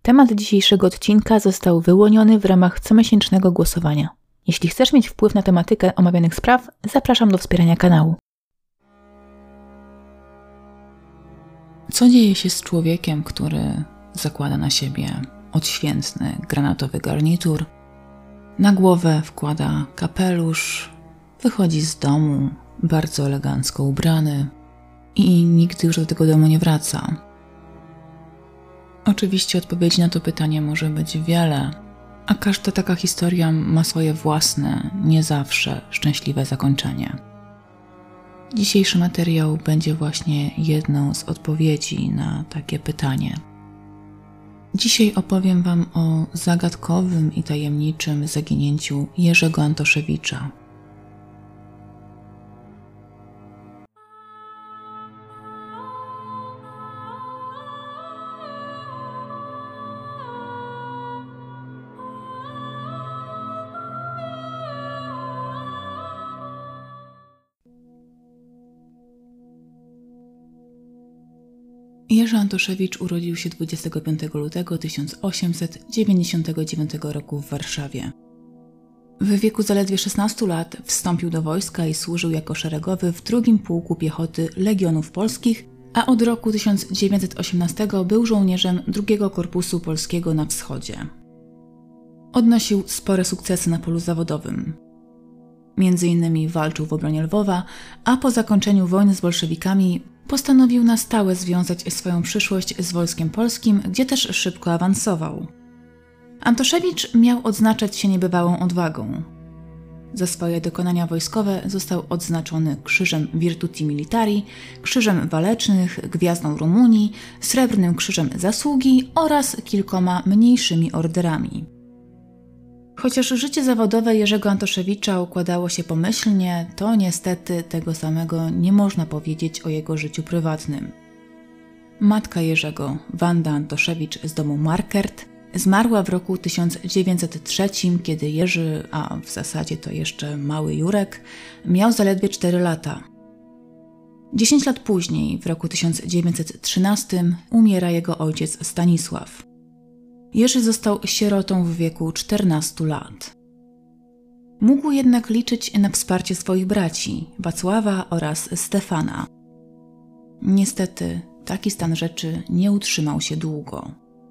Temat dzisiejszego odcinka został wyłoniony w ramach comiesięcznego głosowania. Jeśli chcesz mieć wpływ na tematykę omawianych spraw, zapraszam do wspierania kanału. Co dzieje się z człowiekiem, który zakłada na siebie odświętny granatowy garnitur, na głowę wkłada kapelusz, wychodzi z domu bardzo elegancko ubrany i nigdy już do tego domu nie wraca? Oczywiście odpowiedzi na to pytanie może być wiele, a każda taka historia ma swoje własne, nie zawsze szczęśliwe zakończenie. Dzisiejszy materiał będzie właśnie jedną z odpowiedzi na takie pytanie. Dzisiaj opowiem Wam o zagadkowym i tajemniczym zaginięciu Jerzego Antoszewicza. Jerzy Antoszewicz urodził się 25 lutego 1899 roku w Warszawie. W wieku zaledwie 16 lat wstąpił do wojska i służył jako szeregowy w II Pułku Piechoty Legionów Polskich, a od roku 1918 był żołnierzem II Korpusu Polskiego na Wschodzie. Odnosił spore sukcesy na polu zawodowym. Między innymi walczył w obronie Lwowa, a po zakończeniu wojny z bolszewikami postanowił na stałe związać swoją przyszłość z Wojskiem Polskim, gdzie też szybko awansował. Antoszewicz miał odznaczać się niebywałą odwagą. Za swoje dokonania wojskowe został odznaczony Krzyżem Virtuti Militari, Krzyżem Walecznych, Gwiazdą Rumunii, Srebrnym Krzyżem Zasługi oraz kilkoma mniejszymi orderami. Chociaż życie zawodowe Jerzego Antoszewicza układało się pomyślnie, to niestety tego samego nie można powiedzieć o jego życiu prywatnym. Matka Jerzego, Wanda Antoszewicz z domu Markert, zmarła w roku 1903, kiedy Jerzy, a w zasadzie to jeszcze mały Jurek, miał zaledwie 4 lata. 10 lat później, w roku 1913, umiera jego ojciec Stanisław. Jerzy został sierotą w wieku 14 lat. Mógł jednak liczyć na wsparcie swoich braci, Wacława oraz Stefana. Niestety, taki stan rzeczy nie utrzymał się długo.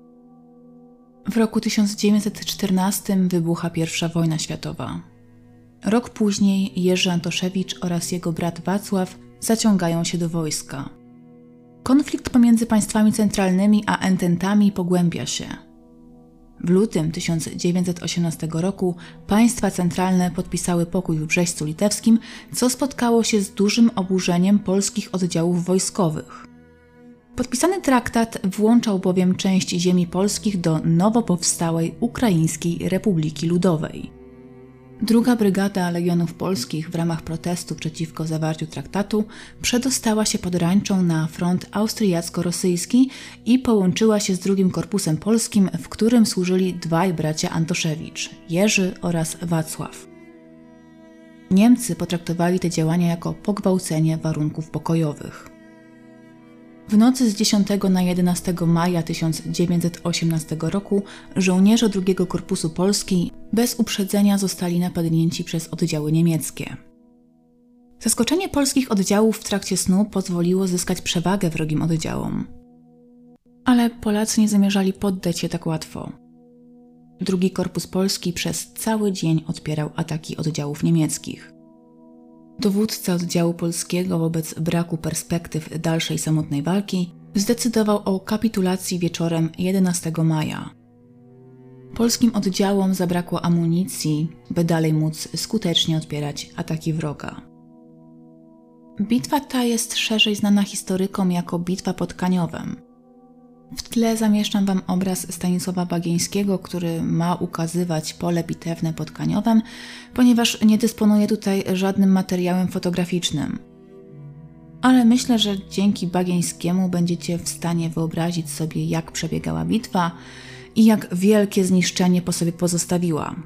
W roku 1914 wybucha I wojna światowa. Rok później Jerzy Antoszewicz oraz jego brat Wacław zaciągają się do wojska. Konflikt pomiędzy państwami centralnymi a ententami pogłębia się. W lutym 1918 roku państwa centralne podpisały pokój w Brześciu Litewskim, co spotkało się z dużym oburzeniem polskich oddziałów wojskowych. Podpisany traktat włączał bowiem część ziemi polskich do nowo powstałej Ukraińskiej Republiki Ludowej. Druga Brygada Legionów Polskich w ramach protestu przeciwko zawarciu traktatu przedostała się pod Rańczą na front austriacko-rosyjski i połączyła się z II Korpusem Polskim, w którym służyli dwaj bracia Antoszewicz, Jerzy oraz Wacław. Niemcy potraktowali te działania jako pogwałcenie warunków pokojowych. W nocy z 10 na 11 maja 1918 roku żołnierze II Korpusu Polski bez uprzedzenia zostali napadnięci przez oddziały niemieckie. Zaskoczenie polskich oddziałów w trakcie snu pozwoliło zyskać przewagę wrogim oddziałom. Ale Polacy nie zamierzali poddać się tak łatwo. II Korpus Polski przez cały dzień odpierał ataki oddziałów niemieckich. Dowódca oddziału polskiego wobec braku perspektyw dalszej samotnej walki zdecydował o kapitulacji wieczorem 11 maja. Polskim oddziałom zabrakło amunicji, by dalej móc skutecznie odpierać ataki wroga. Bitwa ta jest szerzej znana historykom jako Bitwa pod Kaniowem. W tle zamieszczam Wam obraz Stanisława Bagieńskiego, który ma ukazywać pole bitewne pod Kaniowem, ponieważ nie dysponuję tutaj żadnym materiałem fotograficznym. Ale myślę, że dzięki Bagieńskiemu będziecie w stanie wyobrazić sobie, jak przebiegała bitwa i jak wielkie zniszczenie po sobie pozostawiła.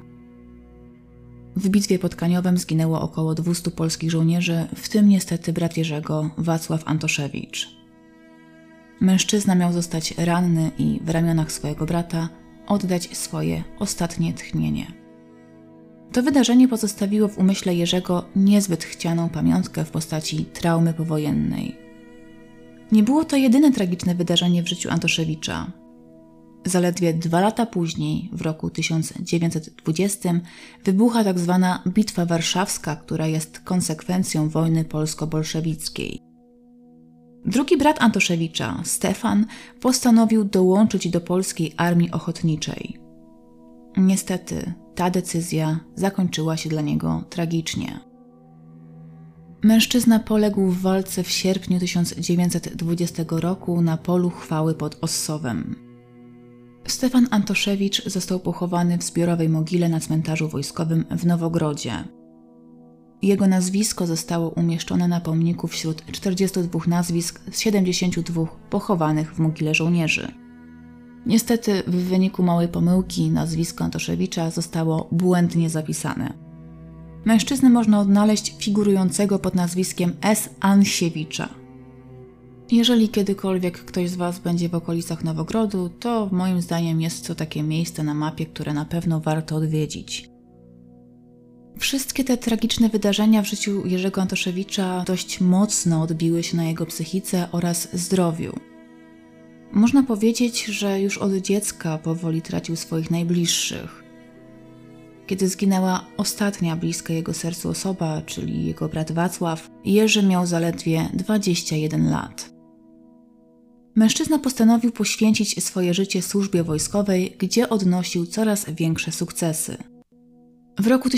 W bitwie pod Kaniowem zginęło około 200 polskich żołnierzy, w tym niestety brat Jerzego, Wacław Antoszewicz. Mężczyzna miał zostać ranny i w ramionach swojego brata oddać swoje ostatnie tchnienie. To wydarzenie pozostawiło w umyśle Jerzego niezbyt chcianą pamiątkę w postaci traumy powojennej. Nie było to jedyne tragiczne wydarzenie w życiu Antoszewicza. Zaledwie 2 lata później, w roku 1920, wybucha tzw. Bitwa Warszawska, która jest konsekwencją wojny polsko-bolszewickiej. Drugi brat Antoszewicza, Stefan, postanowił dołączyć do polskiej armii ochotniczej. Niestety, ta decyzja zakończyła się dla niego tragicznie. Mężczyzna poległ w walce w sierpniu 1920 roku na polu chwały pod Ossowem. Stefan Antoszewicz został pochowany w zbiorowej mogile na cmentarzu wojskowym w Nowogrodzie. Jego nazwisko zostało umieszczone na pomniku wśród 42 nazwisk z 72 pochowanych w mogile żołnierzy. Niestety, w wyniku małej pomyłki nazwisko Antoszewicza zostało błędnie zapisane. Mężczyznę można odnaleźć figurującego pod nazwiskiem S. Ansiewicza. Jeżeli kiedykolwiek ktoś z Was będzie w okolicach Nowogrodu, to moim zdaniem jest to takie miejsce na mapie, które na pewno warto odwiedzić. Wszystkie te tragiczne wydarzenia w życiu Jerzego Antoszewicza dość mocno odbiły się na jego psychice oraz zdrowiu. Można powiedzieć, że już od dziecka powoli tracił swoich najbliższych. Kiedy zginęła ostatnia bliska jego sercu osoba, czyli jego brat Wacław, Jerzy miał zaledwie 21 lat. Mężczyzna postanowił poświęcić swoje życie służbie wojskowej, gdzie odnosił coraz większe sukcesy. W roku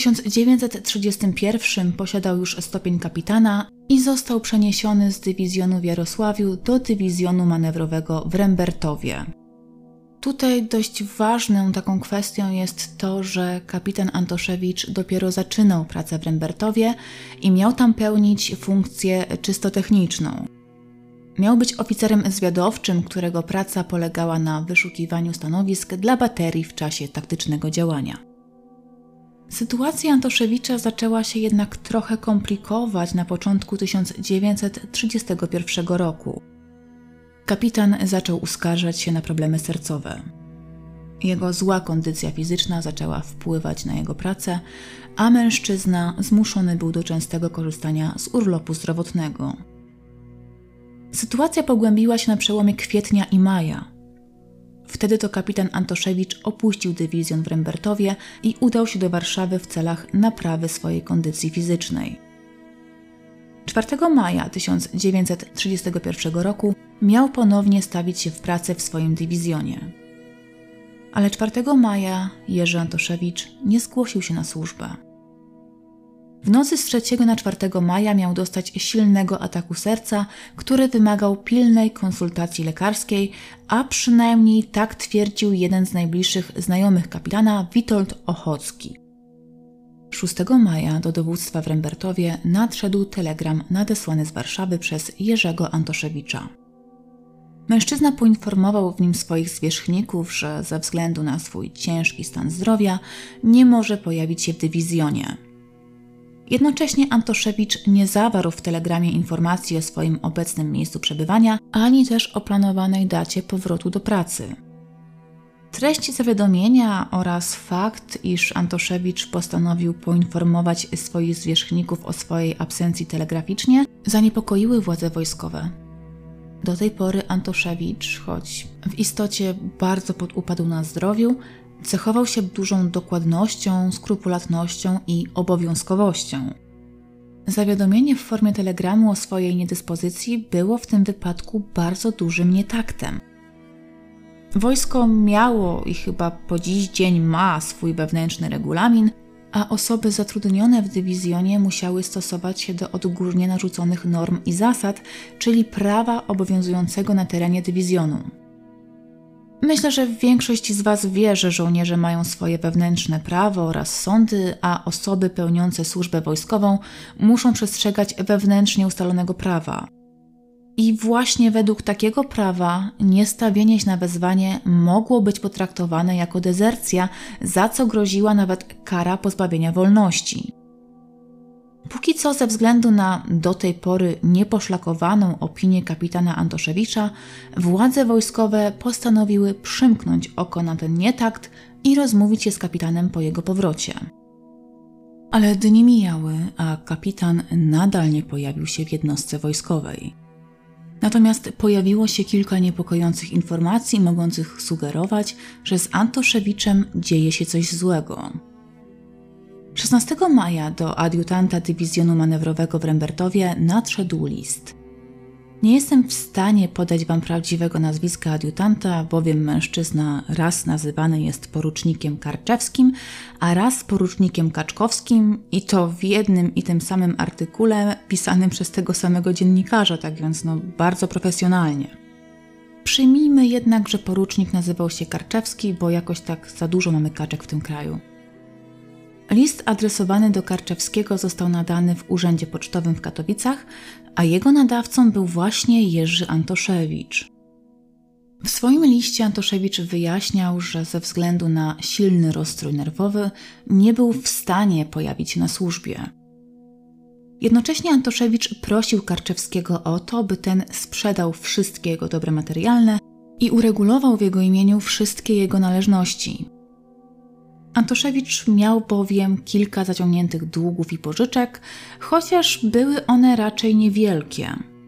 1931 posiadał już stopień kapitana i został przeniesiony z dywizjonu w Jarosławiu do dywizjonu manewrowego w Rembertowie. Tutaj dość ważną taką kwestią jest to, że kapitan Antoszewicz dopiero zaczynał pracę w Rembertowie i miał tam pełnić funkcję czysto techniczną. Miał być oficerem zwiadowczym, którego praca polegała na wyszukiwaniu stanowisk dla baterii w czasie taktycznego działania. Sytuacja Antoszewicza zaczęła się jednak trochę komplikować na początku 1931 roku. Kapitan zaczął uskarżać się na problemy sercowe. Jego zła kondycja fizyczna zaczęła wpływać na jego pracę, a mężczyzna zmuszony był do częstego korzystania z urlopu zdrowotnego. Sytuacja pogłębiła się na przełomie kwietnia i maja. Wtedy to kapitan Antoszewicz opuścił dywizjon w Rembertowie i udał się do Warszawy w celach naprawy swojej kondycji fizycznej. 4 maja 1931 roku miał ponownie stawić się w pracę w swoim dywizjonie. Ale 4 maja Jerzy Antoszewicz nie zgłosił się na służbę. W nocy z 3 na 4 maja miał dostać silnego ataku serca, który wymagał pilnej konsultacji lekarskiej, a przynajmniej tak twierdził jeden z najbliższych znajomych kapitana, Witold Ochocki. 6 maja do dowództwa w Rembertowie nadszedł telegram nadesłany z Warszawy przez Jerzego Antoszewicza. Mężczyzna poinformował w nim swoich zwierzchników, że ze względu na swój ciężki stan zdrowia nie może pojawić się w dywizjonie. Jednocześnie Antoszewicz nie zawarł w telegramie informacji o swoim obecnym miejscu przebywania, ani też o planowanej dacie powrotu do pracy. Treść zawiadomienia oraz fakt, iż Antoszewicz postanowił poinformować swoich zwierzchników o swojej absencji telegraficznie, zaniepokoiły władze wojskowe. Do tej pory Antoszewicz, choć w istocie bardzo podupadł na zdrowiu, cechował się dużą dokładnością, skrupulatnością i obowiązkowością. Zawiadomienie w formie telegramu o swojej niedyspozycji było w tym wypadku bardzo dużym nietaktem. Wojsko miało i chyba po dziś dzień ma swój wewnętrzny regulamin, a osoby zatrudnione w dywizjonie musiały stosować się do odgórnie narzuconych norm i zasad, czyli prawa obowiązującego na terenie dywizjonu. Myślę, że większość z Was wie, że żołnierze mają swoje wewnętrzne prawo oraz sądy, a osoby pełniące służbę wojskową muszą przestrzegać wewnętrznie ustalonego prawa. I właśnie według takiego prawa niestawienie się na wezwanie mogło być potraktowane jako dezercja, za co groziła nawet kara pozbawienia wolności. Póki co ze względu na do tej pory nieposzlakowaną opinię kapitana Antoszewicza, władze wojskowe postanowiły przymknąć oko na ten nietakt i rozmówić się z kapitanem po jego powrocie. Ale dni mijały, a kapitan nadal nie pojawił się w jednostce wojskowej. Natomiast pojawiło się kilka niepokojących informacji mogących sugerować, że z Antoszewiczem dzieje się coś złego. 16 maja do adiutanta dywizjonu manewrowego w Rembertowie nadszedł list. Nie jestem w stanie podać wam prawdziwego nazwiska adiutanta, bowiem mężczyzna raz nazywany jest porucznikiem Karczewskim, a raz porucznikiem Kaczkowskim i to w jednym i tym samym artykule pisanym przez tego samego dziennikarza, tak więc bardzo profesjonalnie. Przyjmijmy jednak, że porucznik nazywał się Karczewski, bo jakoś tak za dużo mamy kaczek w tym kraju. List adresowany do Karczewskiego został nadany w urzędzie pocztowym w Katowicach, a jego nadawcą był właśnie Jerzy Antoszewicz. W swoim liście Antoszewicz wyjaśniał, że ze względu na silny rozstrój nerwowy nie był w stanie pojawić się na służbie. Jednocześnie Antoszewicz prosił Karczewskiego o to, by ten sprzedał wszystkie jego dobra materialne i uregulował w jego imieniu wszystkie jego należności. Antoszewicz miał bowiem kilka zaciągniętych długów i pożyczek, chociaż były one raczej niewielkie.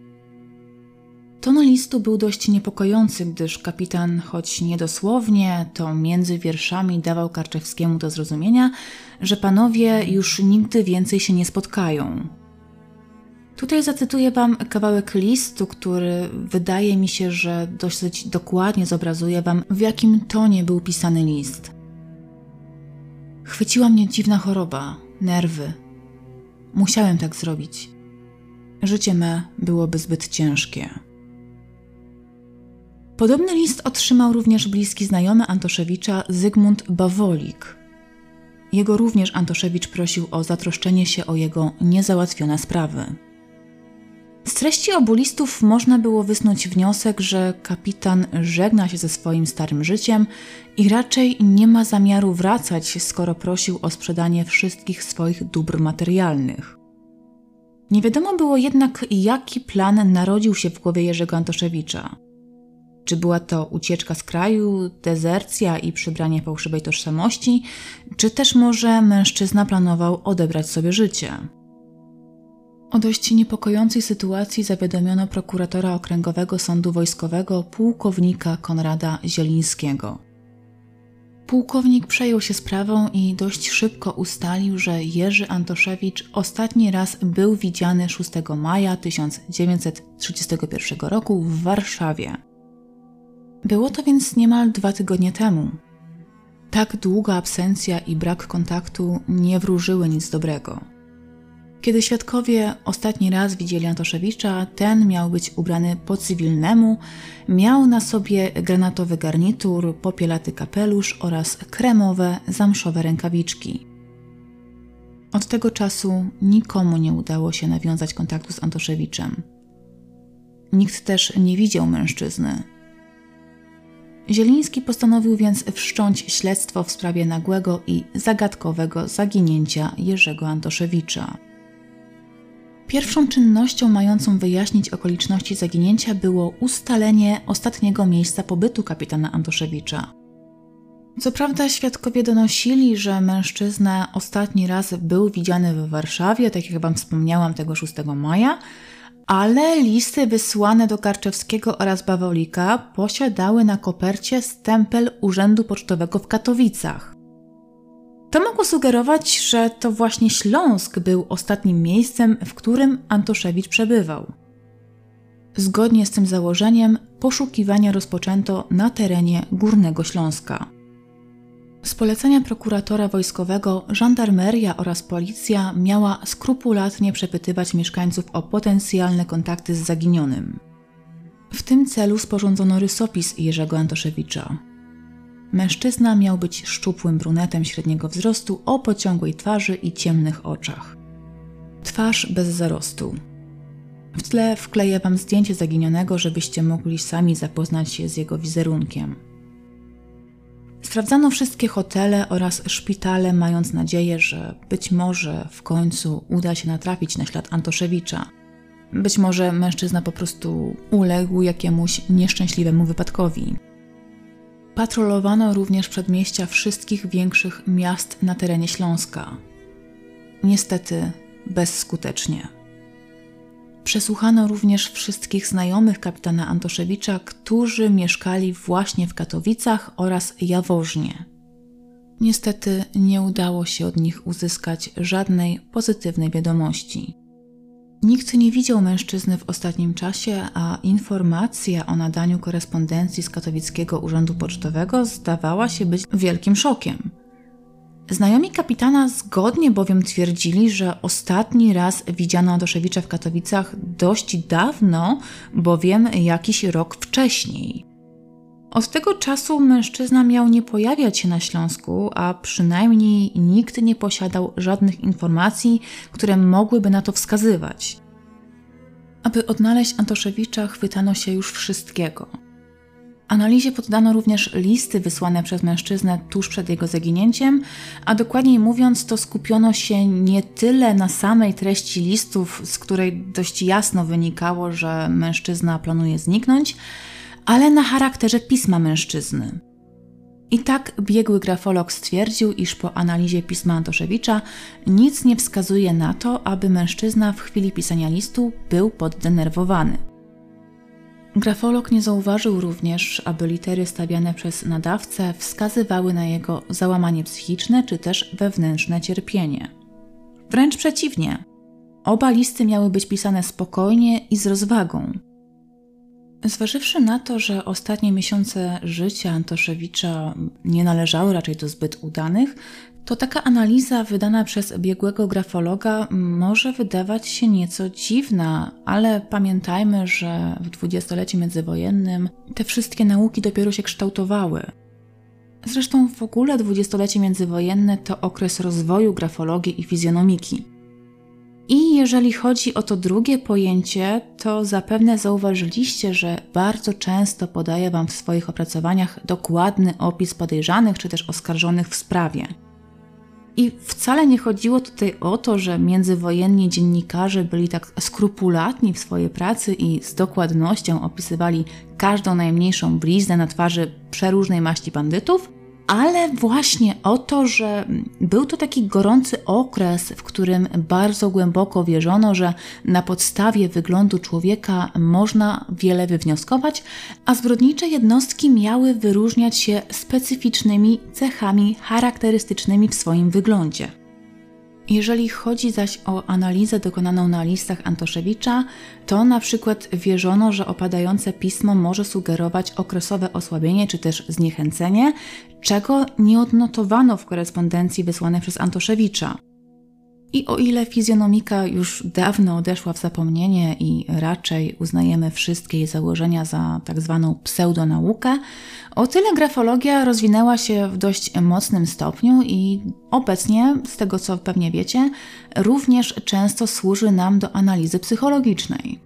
Ton listu był dość niepokojący, gdyż kapitan, choć niedosłownie, to między wierszami dawał Karczewskiemu do zrozumienia, że panowie już nigdy więcej się nie spotkają. Tutaj zacytuję wam kawałek listu, który wydaje mi się, że dosyć dokładnie zobrazuje wam, w jakim tonie był pisany list. Chwyciła mnie dziwna choroba, nerwy. Musiałem tak zrobić. Życie me byłoby zbyt ciężkie. Podobny list otrzymał również bliski znajomy Antoszewicza Zygmunt Bawolik. Jego również Antoszewicz prosił o zatroszczenie się o jego niezałatwione sprawy. Z treści obu listów można było wysnuć wniosek, że kapitan żegna się ze swoim starym życiem i raczej nie ma zamiaru wracać, skoro prosił o sprzedanie wszystkich swoich dóbr materialnych. Nie wiadomo było jednak, jaki plan narodził się w głowie Jerzego Antoszewicza. Czy była to ucieczka z kraju, dezercja i przybranie fałszywej tożsamości, czy też może mężczyzna planował odebrać sobie życie. O dość niepokojącej sytuacji zawiadomiono prokuratora okręgowego sądu wojskowego pułkownika Konrada Zielińskiego. Pułkownik przejął się sprawą i dość szybko ustalił, że Jerzy Antoszewicz ostatni raz był widziany 6 maja 1931 roku w Warszawie. Było to więc niemal 2 tygodnie temu. Tak długa absencja i brak kontaktu nie wróżyły nic dobrego. Kiedy świadkowie ostatni raz widzieli Antoszewicza, ten miał być ubrany po cywilnemu, miał na sobie granatowy garnitur, popielaty kapelusz oraz kremowe, zamszowe rękawiczki. Od tego czasu nikomu nie udało się nawiązać kontaktu z Antoszewiczem. Nikt też nie widział mężczyzny. Zieliński postanowił więc wszcząć śledztwo w sprawie nagłego i zagadkowego zaginięcia Jerzego Antoszewicza. Pierwszą czynnością mającą wyjaśnić okoliczności zaginięcia było ustalenie ostatniego miejsca pobytu kapitana Antoszewicza. Co prawda świadkowie donosili, że mężczyzna ostatni raz był widziany w Warszawie, tak jak wam wspomniałam, tego 6 maja, ale listy wysłane do Karczewskiego oraz Bawolika posiadały na kopercie stempel Urzędu Pocztowego w Katowicach. To mogło sugerować, że to właśnie Śląsk był ostatnim miejscem, w którym Antoszewicz przebywał. Zgodnie z tym założeniem poszukiwania rozpoczęto na terenie Górnego Śląska. Z polecenia prokuratora wojskowego żandarmeria oraz policja miała skrupulatnie przepytywać mieszkańców o potencjalne kontakty z zaginionym. W tym celu sporządzono rysopis Jerzego Antoszewicza. Mężczyzna miał być szczupłym brunetem średniego wzrostu o pociągłej twarzy i ciemnych oczach. Twarz bez zarostu. W tle wkleję wam zdjęcie zaginionego, żebyście mogli sami zapoznać się z jego wizerunkiem. Sprawdzano wszystkie hotele oraz szpitale, mając nadzieję, że być może w końcu uda się natrafić na ślad Antoszewicza. Być może mężczyzna po prostu uległ jakiemuś nieszczęśliwemu wypadkowi. Patrolowano również przedmieścia wszystkich większych miast na terenie Śląska. Niestety bezskutecznie. Przesłuchano również wszystkich znajomych kapitana Antoszewicza, którzy mieszkali właśnie w Katowicach oraz Jaworznie. Niestety nie udało się od nich uzyskać żadnej pozytywnej wiadomości. Nikt nie widział mężczyzny w ostatnim czasie, a informacja o nadaniu korespondencji z katowickiego urzędu pocztowego zdawała się być wielkim szokiem. Znajomi kapitana zgodnie bowiem twierdzili, że ostatni raz widziano Antoszewicza w Katowicach dość dawno, bowiem jakiś rok wcześniej. Od tego czasu mężczyzna miał nie pojawiać się na Śląsku, a przynajmniej nikt nie posiadał żadnych informacji, które mogłyby na to wskazywać. Aby odnaleźć Antoszewicza, chwytano się już wszystkiego. Analizie poddano również listy wysłane przez mężczyznę tuż przed jego zaginięciem, a dokładniej mówiąc, to skupiono się nie tyle na samej treści listów, z której dość jasno wynikało, że mężczyzna planuje zniknąć, ale na charakterze pisma mężczyzny. I tak biegły grafolog stwierdził, iż po analizie pisma Antoszewicza nic nie wskazuje na to, aby mężczyzna w chwili pisania listu był poddenerwowany. Grafolog nie zauważył również, aby litery stawiane przez nadawcę wskazywały na jego załamanie psychiczne czy też wewnętrzne cierpienie. Wręcz przeciwnie, oba listy miały być pisane spokojnie i z rozwagą. Zważywszy na to, że ostatnie miesiące życia Antoszewicza nie należały raczej do zbyt udanych, to taka analiza wydana przez biegłego grafologa może wydawać się nieco dziwna, ale pamiętajmy, że w dwudziestoleciu międzywojennym te wszystkie nauki dopiero się kształtowały. Zresztą w ogóle dwudziestolecie międzywojenne to okres rozwoju grafologii i fizjonomiki. I jeżeli chodzi o to drugie pojęcie, to zapewne zauważyliście, że bardzo często podaję Wam w swoich opracowaniach dokładny opis podejrzanych czy też oskarżonych w sprawie. I wcale nie chodziło tutaj o to, że międzywojenni dziennikarze byli tak skrupulatni w swojej pracy i z dokładnością opisywali każdą najmniejszą bliznę na twarzy przeróżnej maści bandytów, ale właśnie o to, że był to taki gorący okres, w którym bardzo głęboko wierzono, że na podstawie wyglądu człowieka można wiele wywnioskować, a zbrodnicze jednostki miały wyróżniać się specyficznymi cechami charakterystycznymi w swoim wyglądzie. Jeżeli chodzi zaś o analizę dokonaną na listach Antoszewicza, to na przykład wierzono, że opadające pismo może sugerować okresowe osłabienie czy też zniechęcenie, czego nie odnotowano w korespondencji wysłanej przez Antoszewicza. I o ile fizjonomika już dawno odeszła w zapomnienie i raczej uznajemy wszystkie jej założenia za tak zwaną pseudonaukę, o tyle grafologia rozwinęła się w dość mocnym stopniu i obecnie, z tego co pewnie wiecie, również często służy nam do analizy psychologicznej.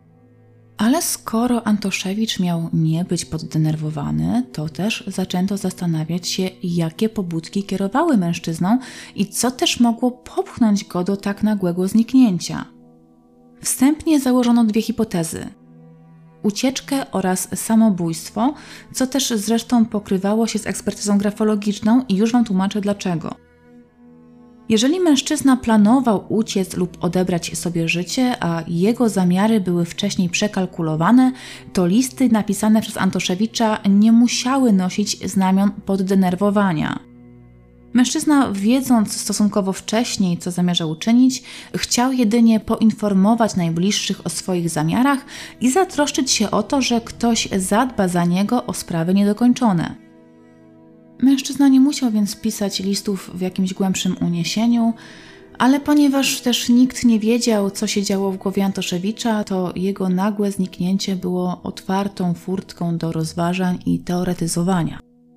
Ale skoro Antoszewicz miał nie być poddenerwowany, to też zaczęto zastanawiać się, jakie pobudki kierowały mężczyzną i co też mogło popchnąć go do tak nagłego zniknięcia. Wstępnie założono dwie hipotezy: ucieczkę oraz samobójstwo, co też zresztą pokrywało się z ekspertyzą grafologiczną i już Wam tłumaczę dlaczego. Jeżeli mężczyzna planował uciec lub odebrać sobie życie, a jego zamiary były wcześniej przekalkulowane, to listy napisane przez Antoszewicza nie musiały nosić znamion poddenerwowania. Mężczyzna, wiedząc stosunkowo wcześniej, co zamierzał uczynić, chciał jedynie poinformować najbliższych o swoich zamiarach i zatroszczyć się o to, że ktoś zadba za niego o sprawy niedokończone. Mężczyzna nie musiał więc pisać listów w jakimś głębszym uniesieniu, ale ponieważ też nikt nie wiedział, co się działo w głowie Antoszewicza, to jego nagłe zniknięcie było otwartą furtką do rozważań i teoretyzowania.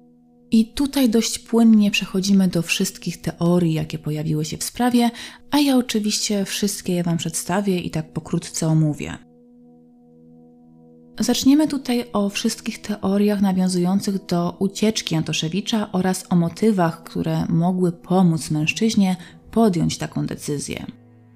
I tutaj dość płynnie przechodzimy do wszystkich teorii, jakie pojawiły się w sprawie, a ja oczywiście wszystkie je Wam przedstawię i tak pokrótce omówię. Zaczniemy tutaj o wszystkich teoriach nawiązujących do ucieczki Antoszewicza oraz o motywach, które mogły pomóc mężczyźnie podjąć taką decyzję.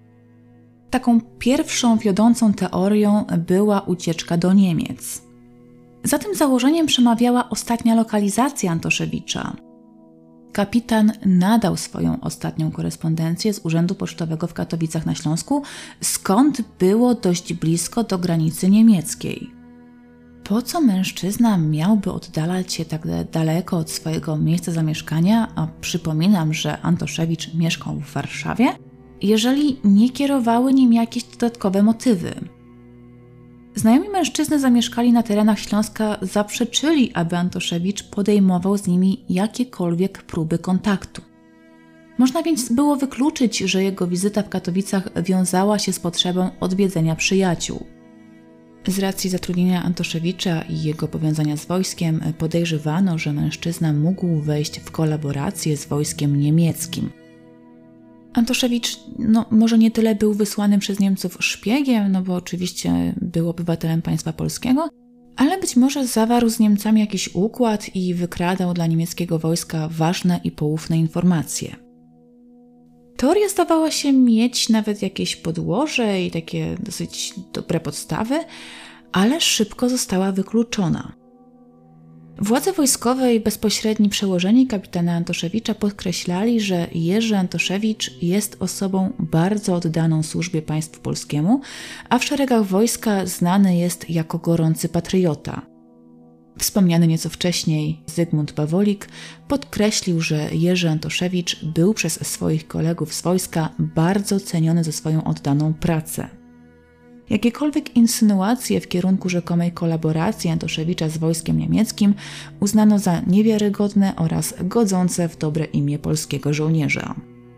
Taką pierwszą wiodącą teorią była ucieczka do Niemiec. Za tym założeniem przemawiała ostatnia lokalizacja Antoszewicza. Kapitan nadał swoją ostatnią korespondencję z Urzędu Pocztowego w Katowicach na Śląsku, skąd było dość blisko do granicy niemieckiej. Po co mężczyzna miałby oddalać się tak daleko od swojego miejsca zamieszkania, a przypominam, że Antoszewicz mieszkał w Warszawie, jeżeli nie kierowały nim jakieś dodatkowe motywy? Znajomi mężczyzny zamieszkali na terenach Śląska zaprzeczyli, aby Antoszewicz podejmował z nimi jakiekolwiek próby kontaktu. Można więc było wykluczyć, że jego wizyta w Katowicach wiązała się z potrzebą odwiedzenia przyjaciół. Z racji zatrudnienia Antoszewicza i jego powiązania z wojskiem podejrzewano, że mężczyzna mógł wejść w kolaborację z wojskiem niemieckim. Antoszewicz może nie tyle był wysłanym przez Niemców szpiegiem, bo oczywiście był obywatelem państwa polskiego, ale być może zawarł z Niemcami jakiś układ i wykradał dla niemieckiego wojska ważne i poufne informacje. Teoria zdawała się mieć nawet jakieś podłoże i takie dosyć dobre podstawy, ale szybko została wykluczona. Władze wojskowe i bezpośredni przełożeni kapitana Antoszewicza podkreślali, że Jerzy Antoszewicz jest osobą bardzo oddaną służbie państwu polskiemu, a w szeregach wojska znany jest jako gorący patriota. Wspomniany nieco wcześniej Zygmunt Bawolik podkreślił, że Jerzy Antoszewicz był przez swoich kolegów z wojska bardzo ceniony za swoją oddaną pracę. Jakiekolwiek insynuacje w kierunku rzekomej kolaboracji Antoszewicza z wojskiem niemieckim uznano za niewiarygodne oraz godzące w dobre imię polskiego żołnierza.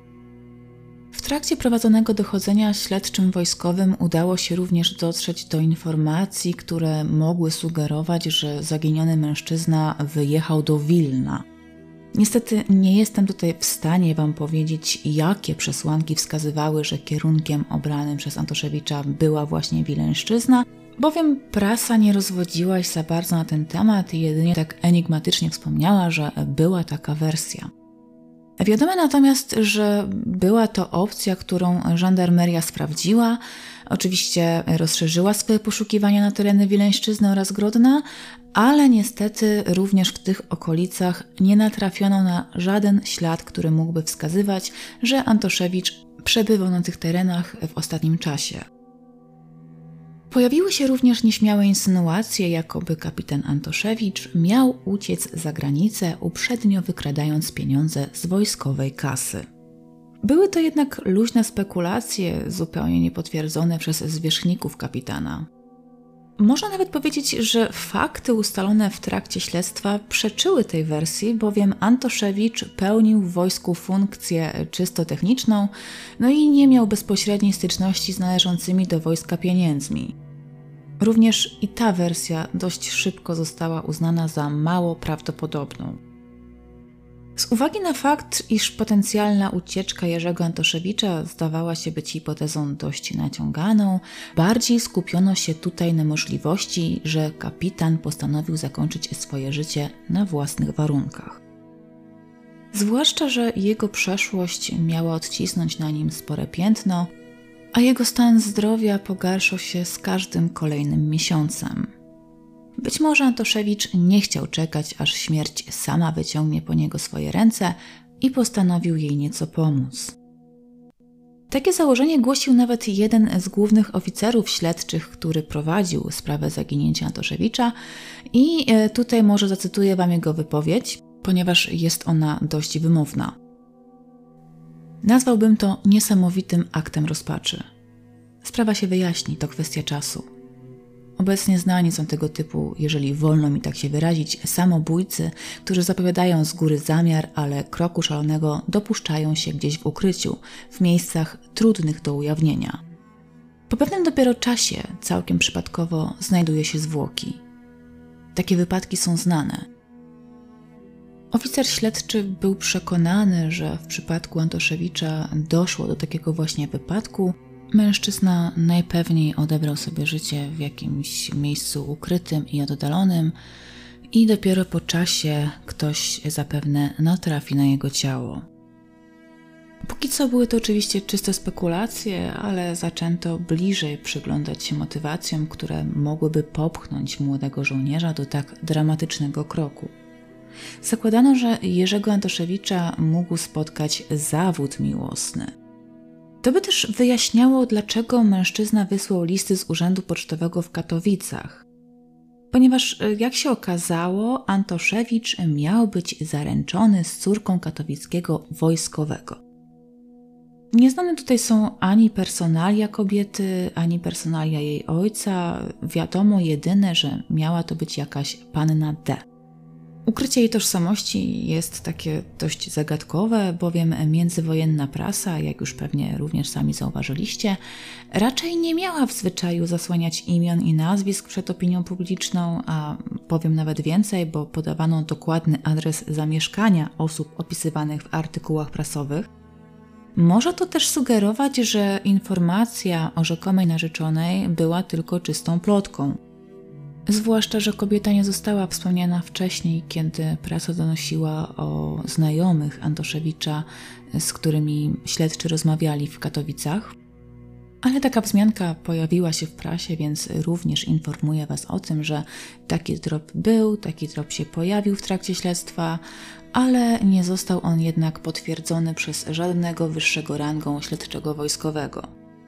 W trakcie prowadzonego dochodzenia śledczym wojskowym udało się również dotrzeć do informacji, które mogły sugerować, że zaginiony mężczyzna wyjechał do Wilna. Niestety nie jestem tutaj w stanie Wam powiedzieć, jakie przesłanki wskazywały, że kierunkiem obranym przez Antoszewicza była właśnie Wileńszczyzna, bowiem prasa nie rozwodziła się za bardzo na ten temat i jedynie tak enigmatycznie wspomniała, że była taka wersja. Wiadomo natomiast, że była to opcja, którą żandarmeria sprawdziła. Oczywiście rozszerzyła swoje poszukiwania na tereny Wileńszczyzny oraz Grodna, ale niestety również w tych okolicach nie natrafiono na żaden ślad, który mógłby wskazywać, że Antoszewicz przebywał na tych terenach w ostatnim czasie. Pojawiły się również nieśmiałe insynuacje, jakoby kapitan Antoszewicz miał uciec za granicę, uprzednio wykradając pieniądze z wojskowej kasy. Były to jednak luźne spekulacje, zupełnie niepotwierdzone przez zwierzchników kapitana. Można nawet powiedzieć, że fakty ustalone w trakcie śledztwa przeczyły tej wersji, bowiem Antoszewicz pełnił w wojsku funkcję czysto techniczną, i nie miał bezpośredniej styczności z należącymi do wojska pieniędzmi. Również i ta wersja dość szybko została uznana za mało prawdopodobną. Z uwagi na fakt, iż potencjalna ucieczka Jerzego Antoszewicza zdawała się być hipotezą dość naciąganą, bardziej skupiono się tutaj na możliwości, że kapitan postanowił zakończyć swoje życie na własnych warunkach. Zwłaszcza, że jego przeszłość miała odcisnąć na nim spore piętno, a jego stan zdrowia pogarszał się z każdym kolejnym miesiącem. Być może Antoszewicz nie chciał czekać, aż śmierć sama wyciągnie po niego swoje ręce i postanowił jej nieco pomóc. Takie założenie głosił nawet jeden z głównych oficerów śledczych, który prowadził sprawę zaginięcia Antoszewicza i tutaj może zacytuję Wam jego wypowiedź, ponieważ jest ona dość wymowna. Nazwałbym to niesamowitym aktem rozpaczy. Sprawa się wyjaśni, to kwestia czasu. Obecnie znani są tego typu, jeżeli wolno mi tak się wyrazić, samobójcy, którzy zapowiadają z góry zamiar, ale kroku szalonego dopuszczają się gdzieś w ukryciu, w miejscach trudnych do ujawnienia. Po pewnym dopiero czasie, całkiem przypadkowo, znajduje się zwłoki. Takie wypadki są znane. Oficer śledczy był przekonany, że w przypadku Antoszewicza doszło do takiego właśnie wypadku, Mężczyzna najpewniej odebrał sobie życie w jakimś miejscu ukrytym i oddalonym i dopiero po czasie ktoś zapewne natrafi na jego ciało. Póki co były to oczywiście czyste spekulacje, ale zaczęto bliżej przyglądać się motywacjom, które mogłyby popchnąć młodego żołnierza do tak dramatycznego kroku. Zakładano, że Jerzego Antoszewicza mógł spotkać zawód miłosny. To by też wyjaśniało, dlaczego mężczyzna wysłał listy z urzędu pocztowego w Katowicach. Ponieważ, jak się okazało, Antoszewicz miał być zaręczony z córką katowickiego wojskowego. Nieznane tutaj są ani personalia kobiety, ani personalia jej ojca. Wiadomo jedyne, że miała to być jakaś panna D. Ukrycie jej tożsamości jest takie dość zagadkowe, bowiem międzywojenna prasa, jak już pewnie również sami zauważyliście, raczej nie miała w zwyczaju zasłaniać imion i nazwisk przed opinią publiczną, a powiem nawet więcej, bo podawano dokładny adres zamieszkania osób opisywanych w artykułach prasowych. Może to też sugerować, że informacja o rzekomej narzeczonej była tylko czystą plotką. Zwłaszcza, że kobieta nie została wspomniana wcześniej, kiedy prasa donosiła o znajomych Antoszewicza, z którymi śledczy rozmawiali w Katowicach. Ale taka wzmianka pojawiła się w prasie, więc również informuję Was o tym, że taki trop był, taki trop się pojawił w trakcie śledztwa, ale nie został on jednak potwierdzony przez żadnego wyższego rangą śledczego wojskowego.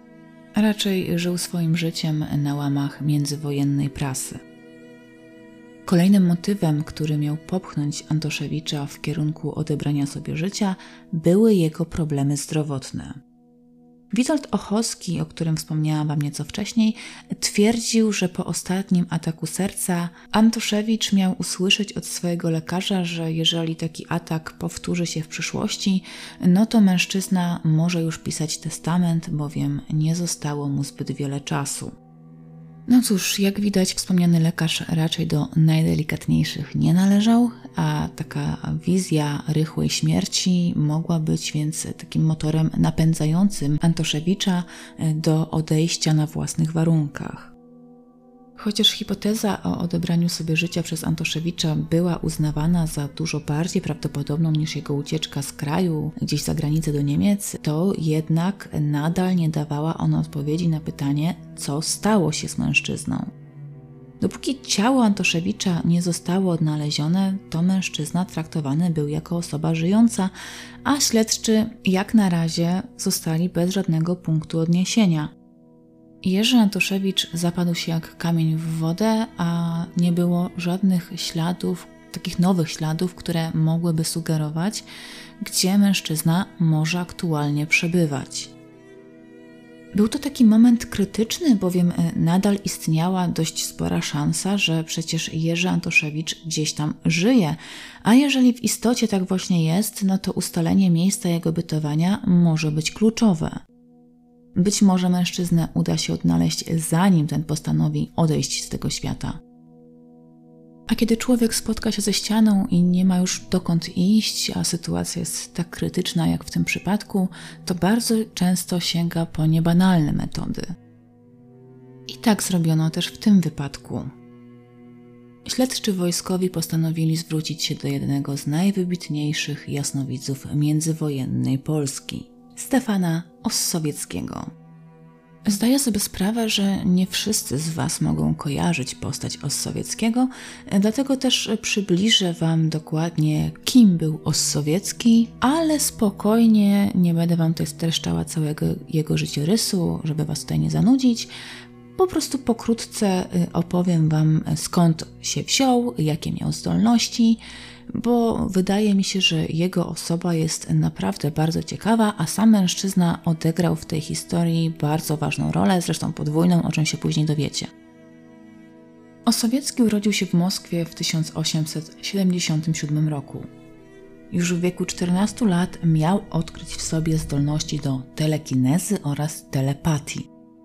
Raczej żył swoim życiem na łamach międzywojennej prasy. Kolejnym motywem, który miał popchnąć Antoszewicza w kierunku odebrania sobie życia, były jego problemy zdrowotne. Witold Ochocki, o którym wspomniałam Wam nieco wcześniej, twierdził, że po ostatnim ataku serca Antoszewicz miał usłyszeć od swojego lekarza, że jeżeli taki atak powtórzy się w przyszłości, no to mężczyzna może już pisać testament, bowiem nie zostało mu zbyt wiele czasu. No cóż, jak widać, wspomniany lekarz raczej do najdelikatniejszych nie należał, a taka wizja rychłej śmierci mogła być więc takim motorem napędzającym Antoszewicza do odejścia na własnych warunkach. Chociaż hipoteza o odebraniu sobie życia przez Antoszewicza była uznawana za dużo bardziej prawdopodobną niż jego ucieczka z kraju, gdzieś za granicę do Niemiec, to jednak nadal nie dawała ona odpowiedzi na pytanie, co stało się z mężczyzną. Dopóki ciało Antoszewicza nie zostało odnalezione, to mężczyzna traktowany był jako osoba żyjąca, a śledczy jak na razie zostali bez żadnego punktu odniesienia. Jerzy Antoszewicz zapadł się jak kamień w wodę, a nie było żadnych śladów, takich nowych śladów, które mogłyby sugerować, gdzie mężczyzna może aktualnie przebywać. Był to taki moment krytyczny, bowiem nadal istniała dość spora szansa, że przecież Jerzy Antoszewicz gdzieś tam żyje, a jeżeli w istocie tak właśnie jest, no to ustalenie miejsca jego bytowania może być kluczowe. Być może mężczyznę uda się odnaleźć, zanim ten postanowi odejść z tego świata. A kiedy człowiek spotka się ze ścianą i nie ma już dokąd iść, a sytuacja jest tak krytyczna jak w tym przypadku, to bardzo często sięga po niebanalne metody. I tak zrobiono też w tym wypadku. Śledczy wojskowi postanowili zwrócić się do jednego z najwybitniejszych jasnowidzów międzywojennej Polski, Stefana Ossowieckiego. Zdaję sobie sprawę, że nie wszyscy z Was mogą kojarzyć postać Ossowieckiego, dlatego też przybliżę Wam dokładnie, kim był Ossowiecki, ale spokojnie, nie będę Wam tutaj streszczała całego jego życiorysu, żeby Was tutaj nie zanudzić. Po prostu pokrótce opowiem Wam, skąd się wziął, jakie miał zdolności, bo wydaje mi się, że jego osoba jest naprawdę bardzo ciekawa, a sam mężczyzna odegrał w tej historii bardzo ważną rolę, zresztą podwójną, o czym się później dowiecie. Ossowiecki urodził się w Moskwie w 1877 roku. Już w wieku 14 lat miał odkryć w sobie zdolności do telekinezy oraz telepatii.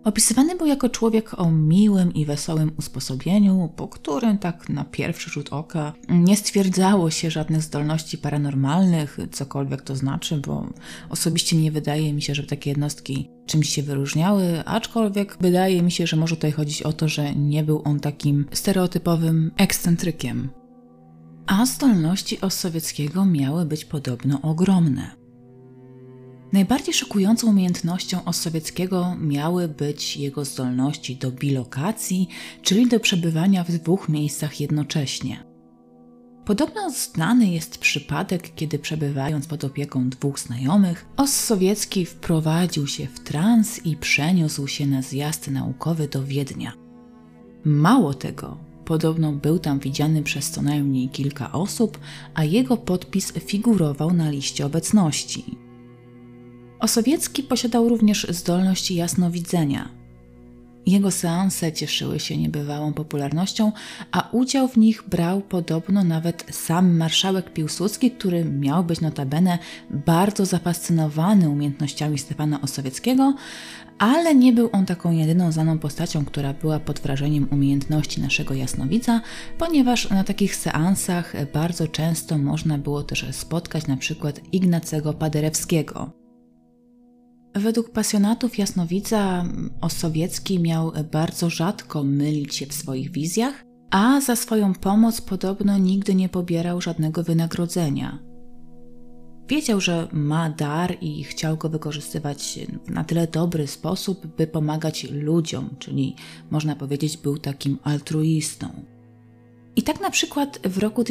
Opisywany był jako człowiek o miłym i wesołym usposobieniu, po którym tak na pierwszy rzut oka nie stwierdzało się żadnych zdolności paranormalnych, cokolwiek to znaczy, bo osobiście nie wydaje mi się, żeby takie jednostki czymś się wyróżniały, aczkolwiek wydaje mi się, że może tutaj chodzić o to, że nie był on takim stereotypowym ekscentrykiem. A zdolności Ossowieckiego miały być podobno ogromne. Najbardziej szokującą umiejętnością Ossowieckiego miały być jego zdolności do bilokacji, czyli do przebywania w dwóch miejscach jednocześnie. Podobno znany jest przypadek, kiedy przebywając pod opieką dwóch znajomych, Ossowiecki wprowadził się w trans i przeniósł się na zjazd naukowy do Wiednia. Mało tego, podobno był tam widziany przez co najmniej kilka osób, a jego podpis figurował na liście obecności. Ossowiecki posiadał również zdolność jasnowidzenia. Jego seanse cieszyły się niebywałą popularnością, a udział w nich brał podobno nawet sam marszałek Piłsudski, który miał być notabene bardzo zafascynowany umiejętnościami Stefana Ossowieckiego, ale nie był on taką jedyną znaną postacią, która była pod wrażeniem umiejętności naszego jasnowidza, ponieważ na takich seansach bardzo często można było też spotkać na przykład Ignacego Paderewskiego. Według pasjonatów jasnowidza Ossowiecki miał bardzo rzadko mylić się w swoich wizjach, a za swoją pomoc podobno nigdy nie pobierał żadnego wynagrodzenia. Wiedział, że ma dar i chciał go wykorzystywać w na tyle dobry sposób, by pomagać ludziom, czyli można powiedzieć był takim altruistą. I tak na przykład w roku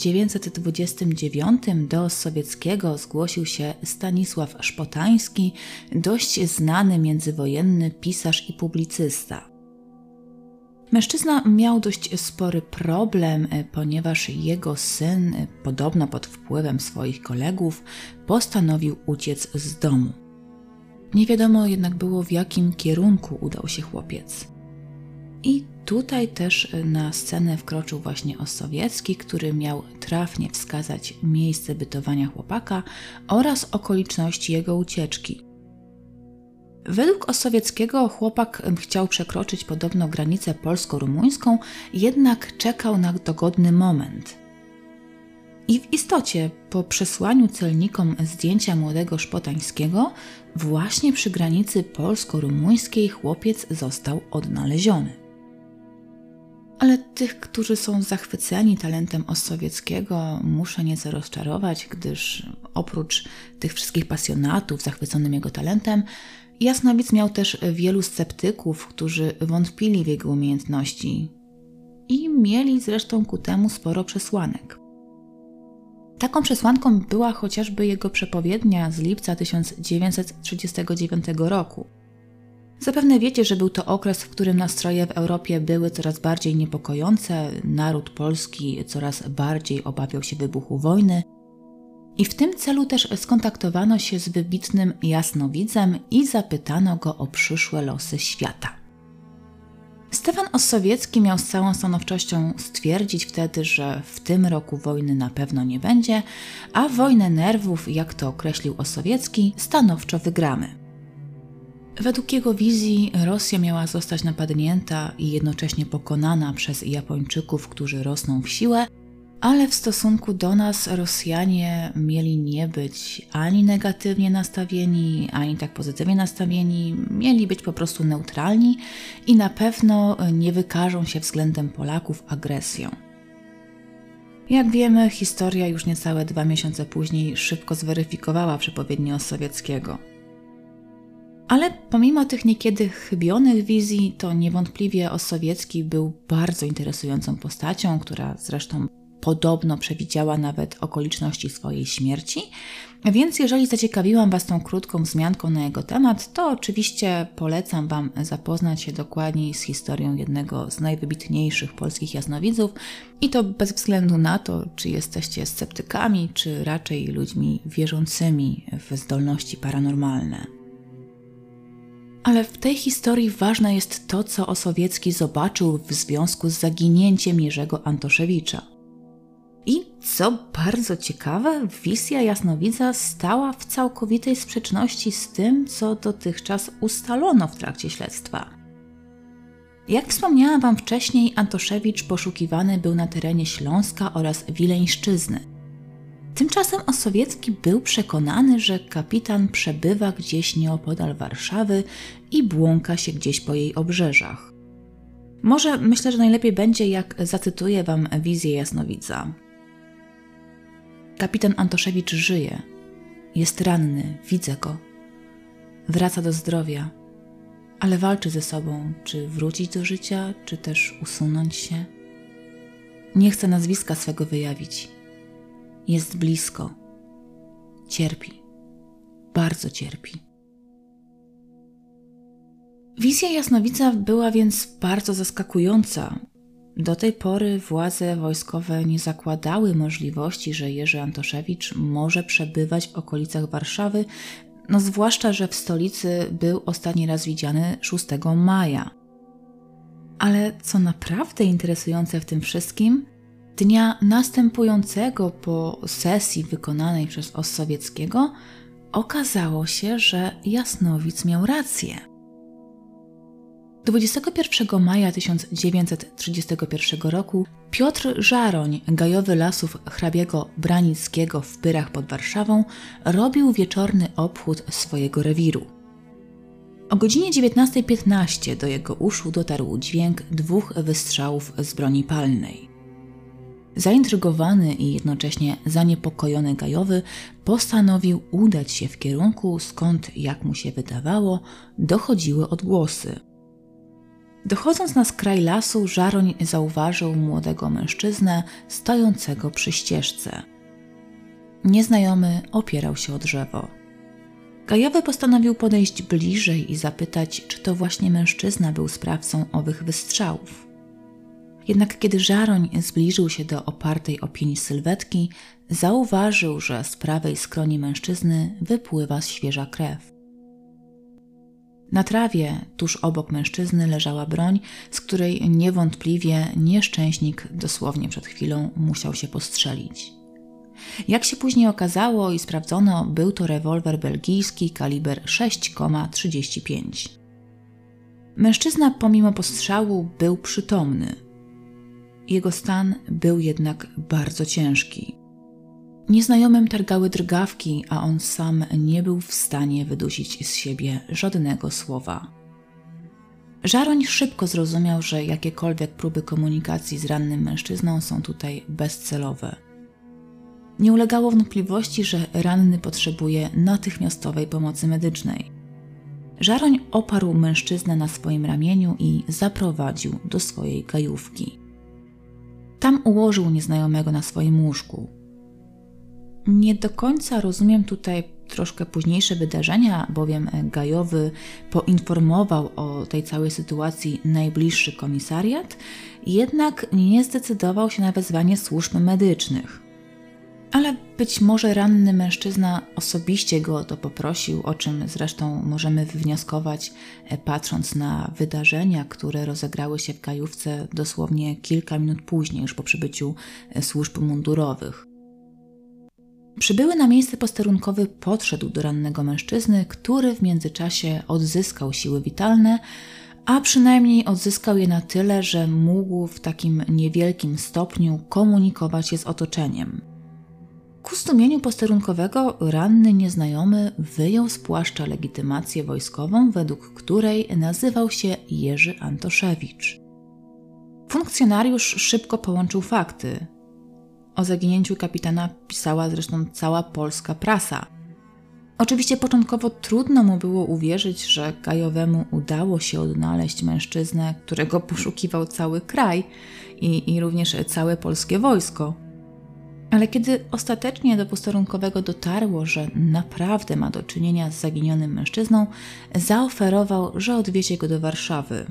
1929 do Ossowieckiego zgłosił się Stanisław Szpotański, dość znany międzywojenny pisarz i publicysta. Mężczyzna miał dość spory problem, ponieważ jego syn, podobno pod wpływem swoich kolegów, postanowił uciec z domu. Nie wiadomo jednak było, w jakim kierunku udał się chłopiec. I tutaj też na scenę wkroczył właśnie Ossowiecki, który miał trafnie wskazać miejsce bytowania chłopaka oraz okoliczności jego ucieczki. Według Ossowieckiego chłopak chciał przekroczyć podobno granicę polsko-rumuńską, jednak czekał na dogodny moment. I w istocie po przesłaniu celnikom zdjęcia młodego Szpotańskiego właśnie przy granicy polsko-rumuńskiej chłopiec został odnaleziony. Ale tych, którzy są zachwyceni talentem Ossowieckiego, muszę nieco rozczarować, gdyż oprócz tych wszystkich pasjonatów zachwyconym jego talentem, jasnowidz miał też wielu sceptyków, którzy wątpili w jego umiejętności i mieli zresztą ku temu sporo przesłanek. Taką przesłanką była chociażby jego przepowiednia z lipca 1939 roku. Zapewne wiecie, że był to okres, w którym nastroje w Europie były coraz bardziej niepokojące, naród polski coraz bardziej obawiał się wybuchu wojny i w tym celu też skontaktowano się z wybitnym jasnowidzem i zapytano go o przyszłe losy świata. Stefan Ossowiecki miał z całą stanowczością stwierdzić wtedy, że w tym roku wojny na pewno nie będzie, a wojnę nerwów, jak to określił Ossowiecki, stanowczo wygramy. Według jego wizji Rosja miała zostać napadnięta i jednocześnie pokonana przez Japończyków, którzy rosną w siłę, ale w stosunku do nas Rosjanie mieli nie być ani negatywnie nastawieni, ani tak pozytywnie nastawieni, mieli być po prostu neutralni i na pewno nie wykażą się względem Polaków agresją. Jak wiemy, historia już niecałe 2 miesiące później szybko zweryfikowała przepowiednię Ossowieckiego. Ale pomimo tych niekiedy chybionych wizji, to niewątpliwie Ossowiecki był bardzo interesującą postacią, która zresztą podobno przewidziała nawet okoliczności swojej śmierci. Więc jeżeli zaciekawiłam Was tą krótką wzmianką na jego temat, to oczywiście polecam Wam zapoznać się dokładniej z historią jednego z najwybitniejszych polskich jasnowidzów i to bez względu na to, czy jesteście sceptykami, czy raczej ludźmi wierzącymi w zdolności paranormalne. Ale w tej historii ważne jest to, co Ossowiecki zobaczył w związku z zaginięciem Jerzego Antoszewicza. I co bardzo ciekawe, wizja jasnowidza stała w całkowitej sprzeczności z tym, co dotychczas ustalono w trakcie śledztwa. Jak wspomniałam Wam wcześniej, Antoszewicz poszukiwany był na terenie Śląska oraz Wileńszczyzny. Tymczasem Ossowiecki był przekonany, że kapitan przebywa gdzieś nieopodal Warszawy i błąka się gdzieś po jej obrzeżach. Może myślę, że najlepiej będzie, jak zacytuję Wam wizję jasnowidza. Kapitan Antoszewicz żyje. Jest ranny, widzę go. Wraca do zdrowia, ale walczy ze sobą, czy wrócić do życia, czy też usunąć się. Nie chce nazwiska swego wyjawić. Jest blisko. Cierpi. Bardzo cierpi. Wizja jasnowidza była więc bardzo zaskakująca. Do tej pory władze wojskowe nie zakładały możliwości, że Jerzy Antoszewicz może przebywać w okolicach Warszawy, zwłaszcza, że w stolicy był ostatni raz widziany 6 maja. Ale co naprawdę interesujące w tym wszystkim, dnia następującego po sesji wykonanej przez Ossowieckiego okazało się, że jasnowidz miał rację. 21 maja 1931 roku Piotr Żaroń, gajowy lasów hrabiego Branickiego w Pyrach pod Warszawą, robił wieczorny obchód swojego rewiru. O godzinie 19:15 do jego uszu dotarł dźwięk 2 wystrzałów z broni palnej. Zaintrygowany i jednocześnie zaniepokojony gajowy postanowił udać się w kierunku, skąd, jak mu się wydawało, dochodziły odgłosy. Dochodząc na skraj lasu, Żaroń zauważył młodego mężczyznę stojącego przy ścieżce. Nieznajomy opierał się o drzewo. Gajowy postanowił podejść bliżej i zapytać, czy to właśnie mężczyzna był sprawcą owych wystrzałów. Jednak kiedy Żaroń zbliżył się do opartej o pień sylwetki, zauważył, że z prawej skroni mężczyzny wypływa świeża krew. Na trawie, tuż obok mężczyzny, leżała broń, z której niewątpliwie nieszczęśnik dosłownie przed chwilą musiał się postrzelić. Jak się później okazało i sprawdzono, był to rewolwer belgijski kaliber 6,35. Mężczyzna pomimo postrzału był przytomny. Jego stan był jednak bardzo ciężki. Nieznajomym targały drgawki, a on sam nie był w stanie wydusić z siebie żadnego słowa. Żaroń szybko zrozumiał, że jakiekolwiek próby komunikacji z rannym mężczyzną są tutaj bezcelowe. Nie ulegało wątpliwości, że ranny potrzebuje natychmiastowej pomocy medycznej. Żaroń oparł mężczyznę na swoim ramieniu i zaprowadził do swojej gajówki. Tam ułożył nieznajomego na swoim łóżku. Nie do końca rozumiem tutaj troszkę późniejsze wydarzenia, bowiem gajowy poinformował o tej całej sytuacji najbliższy komisariat, jednak nie zdecydował się na wezwanie służb medycznych. Ale być może ranny mężczyzna osobiście go o to poprosił, o czym zresztą możemy wywnioskować, patrząc na wydarzenia, które rozegrały się w gajówce dosłownie kilka minut później, już po przybyciu służb mundurowych. Przybyły na miejsce posterunkowy podszedł do rannego mężczyzny, który w międzyczasie odzyskał siły witalne, a przynajmniej odzyskał je na tyle, że mógł w takim niewielkim stopniu komunikować się z otoczeniem. Ku zdumieniu posterunkowego ranny nieznajomy wyjął z płaszcza legitymację wojskową, według której nazywał się Jerzy Antoszewicz. Funkcjonariusz szybko połączył fakty. O zaginięciu kapitana pisała zresztą cała polska prasa. Oczywiście początkowo trudno mu było uwierzyć, że gajowemu udało się odnaleźć mężczyznę, którego poszukiwał cały kraj i również całe polskie wojsko. Ale kiedy ostatecznie do posterunkowego dotarło, że naprawdę ma do czynienia z zaginionym mężczyzną, zaoferował, że odwiezie go do Warszawy.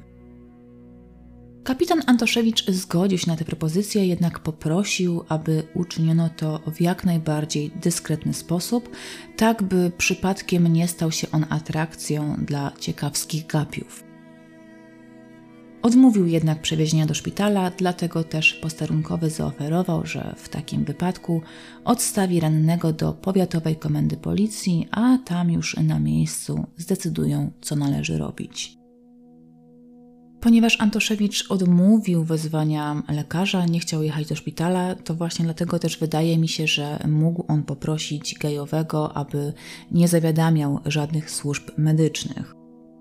Kapitan Antoszewicz zgodził się na tę propozycję, jednak poprosił, aby uczyniono to w jak najbardziej dyskretny sposób, tak by przypadkiem nie stał się on atrakcją dla ciekawskich gapiów. Odmówił jednak przewiezienia do szpitala, dlatego też posterunkowy zaoferował, że w takim wypadku odstawi rannego do powiatowej komendy policji, a tam już na miejscu zdecydują, co należy robić. Ponieważ Antoszewicz odmówił wezwania lekarza, nie chciał jechać do szpitala, to właśnie dlatego też wydaje mi się, że mógł on poprosić gajowego, aby nie zawiadamiał żadnych służb medycznych.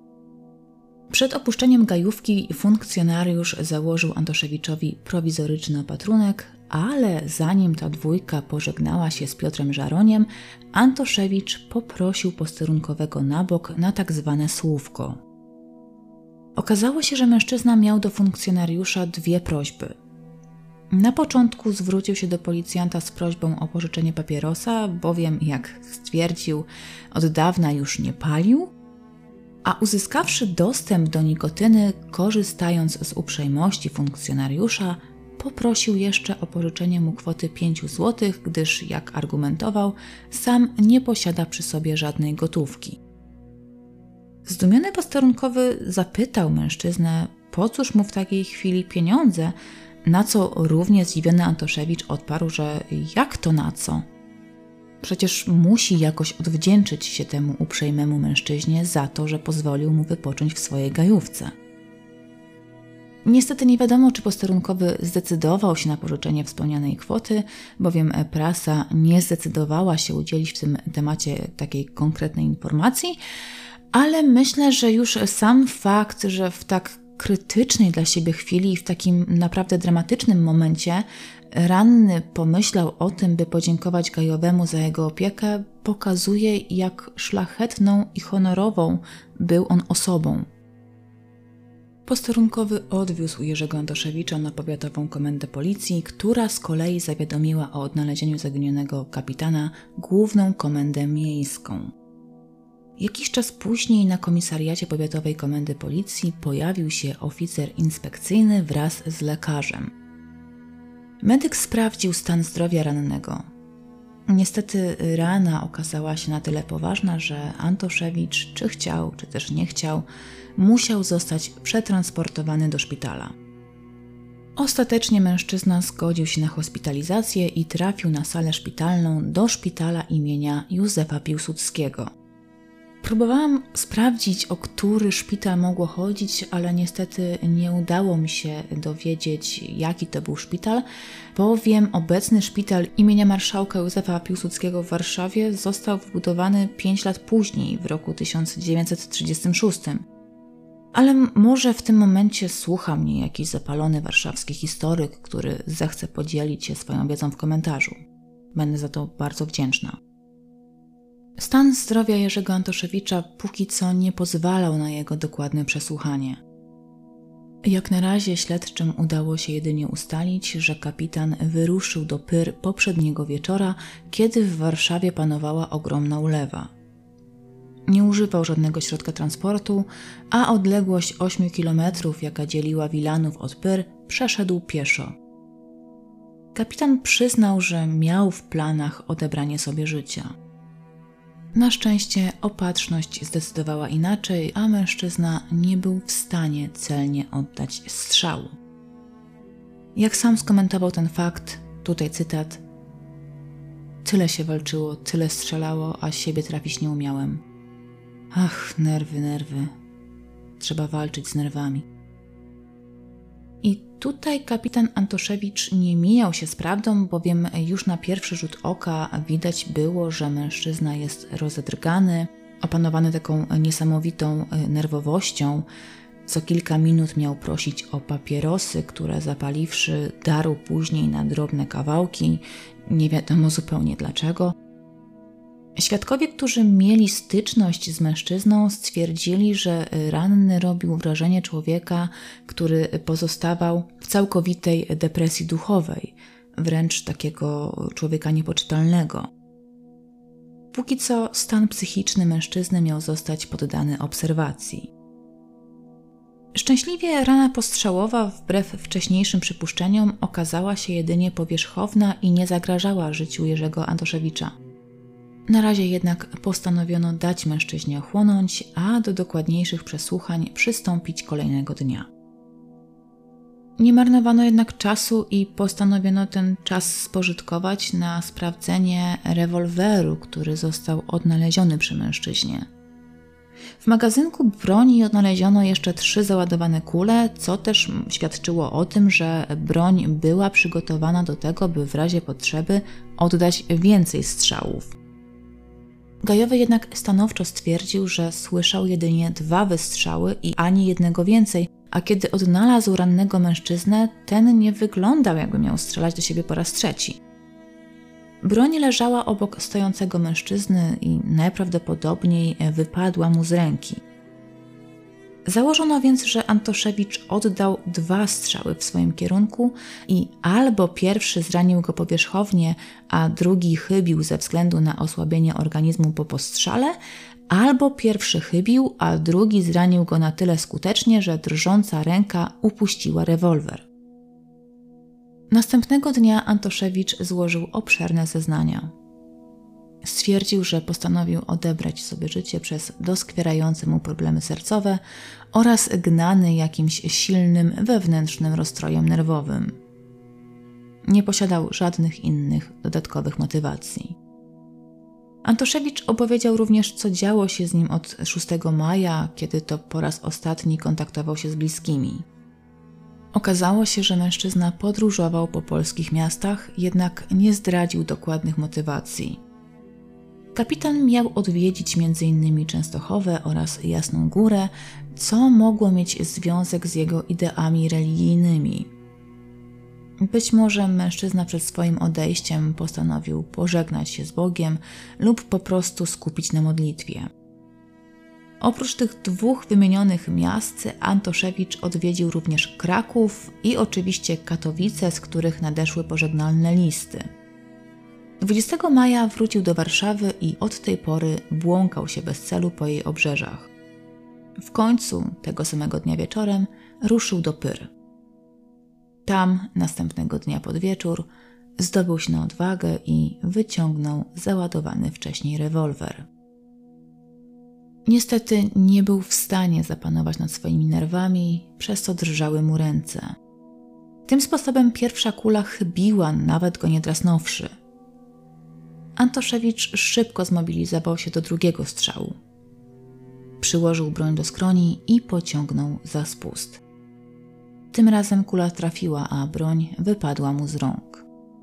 Przed opuszczeniem gajówki funkcjonariusz założył Antoszewiczowi prowizoryczny opatrunek, ale zanim ta dwójka pożegnała się z Piotrem Żaroniem, Antoszewicz poprosił posterunkowego na bok na tak zwane słówko. Okazało się, że mężczyzna miał do funkcjonariusza dwie prośby. Na początku zwrócił się do policjanta z prośbą o pożyczenie papierosa, bowiem, jak stwierdził, od dawna już nie palił, a uzyskawszy dostęp do nikotyny, korzystając z uprzejmości funkcjonariusza, poprosił jeszcze o pożyczenie mu kwoty 5 zł, gdyż, jak argumentował, sam nie posiada przy sobie żadnej gotówki. Zdumiony posterunkowy zapytał mężczyznę, po cóż mu w takiej chwili pieniądze, na co równie zdziwiony Antoszewicz odparł, że jak to na co? Przecież musi jakoś odwdzięczyć się temu uprzejmemu mężczyźnie za to, że pozwolił mu wypocząć w swojej gajówce. Niestety nie wiadomo, czy posterunkowy zdecydował się na pożyczenie wspomnianej kwoty, bowiem prasa nie zdecydowała się udzielić w tym temacie takiej konkretnej informacji, ale myślę, że już sam fakt, że w tak krytycznej dla siebie chwili i w takim naprawdę dramatycznym momencie ranny pomyślał o tym, by podziękować gajowemu za jego opiekę, pokazuje, jak szlachetną i honorową był on osobą. Posterunkowy odwiózł Jerzego Antoszewicza na powiatową komendę policji, która z kolei zawiadomiła o odnalezieniu zaginionego kapitana główną komendę miejską. Jakiś czas później na komisariacie powiatowej komendy policji pojawił się oficer inspekcyjny wraz z lekarzem. Medyk sprawdził stan zdrowia rannego. Niestety rana okazała się na tyle poważna, że Antoszewicz, czy chciał, czy też nie chciał, musiał zostać przetransportowany do szpitala. Ostatecznie mężczyzna zgodził się na hospitalizację i trafił na salę szpitalną do szpitala imienia Józefa Piłsudskiego. Próbowałam sprawdzić, o który szpital mogło chodzić, ale niestety nie udało mi się dowiedzieć, jaki to był szpital, bowiem obecny szpital imienia marszałka Józefa Piłsudskiego w Warszawie został wybudowany 5 lat później, w roku 1936. Ale może w tym momencie słucha mnie jakiś zapalony warszawski historyk, który zechce podzielić się swoją wiedzą w komentarzu. Będę za to bardzo wdzięczna. Stan zdrowia Jerzego Antoszewicza póki co nie pozwalał na jego dokładne przesłuchanie. Jak na razie śledczym udało się jedynie ustalić, że kapitan wyruszył do Pyr poprzedniego wieczora, kiedy w Warszawie panowała ogromna ulewa. Nie używał żadnego środka transportu, a odległość 8 kilometrów, jaka dzieliła Wilanów od Pyr, przeszedł pieszo. Kapitan przyznał, że miał w planach odebranie sobie życia. Na szczęście opatrzność zdecydowała inaczej, a mężczyzna nie był w stanie celnie oddać strzału. Jak sam skomentował ten fakt, tutaj cytat: „Tyle się walczyło, tyle strzelało, a siebie trafić nie umiałem. Ach, nerwy. Trzeba walczyć z nerwami”. I tutaj kapitan Antoszewicz nie mijał się z prawdą, bowiem już na pierwszy rzut oka widać było, że mężczyzna jest rozedrgany, opanowany taką niesamowitą nerwowością. Co kilka minut miał prosić o papierosy, które zapaliwszy darł później na drobne kawałki, nie wiadomo zupełnie dlaczego. Świadkowie, którzy mieli styczność z mężczyzną, stwierdzili, że ranny robił wrażenie człowieka, który pozostawał w całkowitej depresji duchowej, wręcz takiego człowieka niepoczytalnego. Póki co stan psychiczny mężczyzny miał zostać poddany obserwacji. Szczęśliwie rana postrzałowa, wbrew wcześniejszym przypuszczeniom, okazała się jedynie powierzchowna i nie zagrażała życiu Jerzego Antoszewicza. Na razie jednak postanowiono dać mężczyźnie ochłonąć, a do dokładniejszych przesłuchań przystąpić kolejnego dnia. Nie marnowano jednak czasu i postanowiono ten czas spożytkować na sprawdzenie rewolweru, który został odnaleziony przy mężczyźnie. W magazynku broni odnaleziono jeszcze 3 załadowane kule, co też świadczyło o tym, że broń była przygotowana do tego, by w razie potrzeby oddać więcej strzałów. Gajowy jednak stanowczo stwierdził, że słyszał jedynie 2 wystrzały i ani jednego więcej, a kiedy odnalazł rannego mężczyznę, ten nie wyglądał, jakby miał strzelać do siebie po raz 3. Broń leżała obok stojącego mężczyzny i najprawdopodobniej wypadła mu z ręki. Założono więc, że Antoszewicz oddał 2 strzały w swoim kierunku i albo pierwszy zranił go powierzchownie, a drugi chybił ze względu na osłabienie organizmu po postrzale, albo pierwszy chybił, a drugi zranił go na tyle skutecznie, że drżąca ręka upuściła rewolwer. Następnego dnia Antoszewicz złożył obszerne zeznania. Stwierdził, że postanowił odebrać sobie życie przez doskwierające mu problemy sercowe oraz gnany jakimś silnym wewnętrznym rozstrojem nerwowym. Nie posiadał żadnych innych dodatkowych motywacji. Antoszewicz opowiedział również, co działo się z nim od 6 maja, kiedy to po raz ostatni kontaktował się z bliskimi. Okazało się, że mężczyzna podróżował po polskich miastach, jednak nie zdradził dokładnych motywacji. Kapitan miał odwiedzić m.in. Częstochowę oraz Jasną Górę, co mogło mieć związek z jego ideami religijnymi. Być może mężczyzna przed swoim odejściem postanowił pożegnać się z Bogiem lub po prostu skupić na modlitwie. Oprócz tych 2 wymienionych miast Antoszewicz odwiedził już Kraków i oczywiście Katowice, z których nadeszły pożegnalne listy. 20 maja wrócił do Warszawy i od tej pory błąkał się bez celu po jej obrzeżach. W końcu, tego samego dnia wieczorem, ruszył do Pyr. Tam, następnego dnia pod wieczór, zdobył się na odwagę i wyciągnął załadowany wcześniej rewolwer. Niestety nie był w stanie zapanować nad swoimi nerwami, przez co drżały mu ręce. Tym sposobem pierwsza kula chybiła, nawet go nie drasnąwszy. Antoszewicz szybko zmobilizował się do drugiego strzału. Przyłożył broń do skroni i pociągnął za spust. Tym razem kula trafiła, a broń wypadła mu z rąk.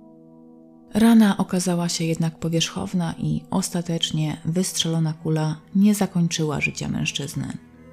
Rana okazała się jednak powierzchowna i ostatecznie wystrzelona kula nie zakończyła życia mężczyzny.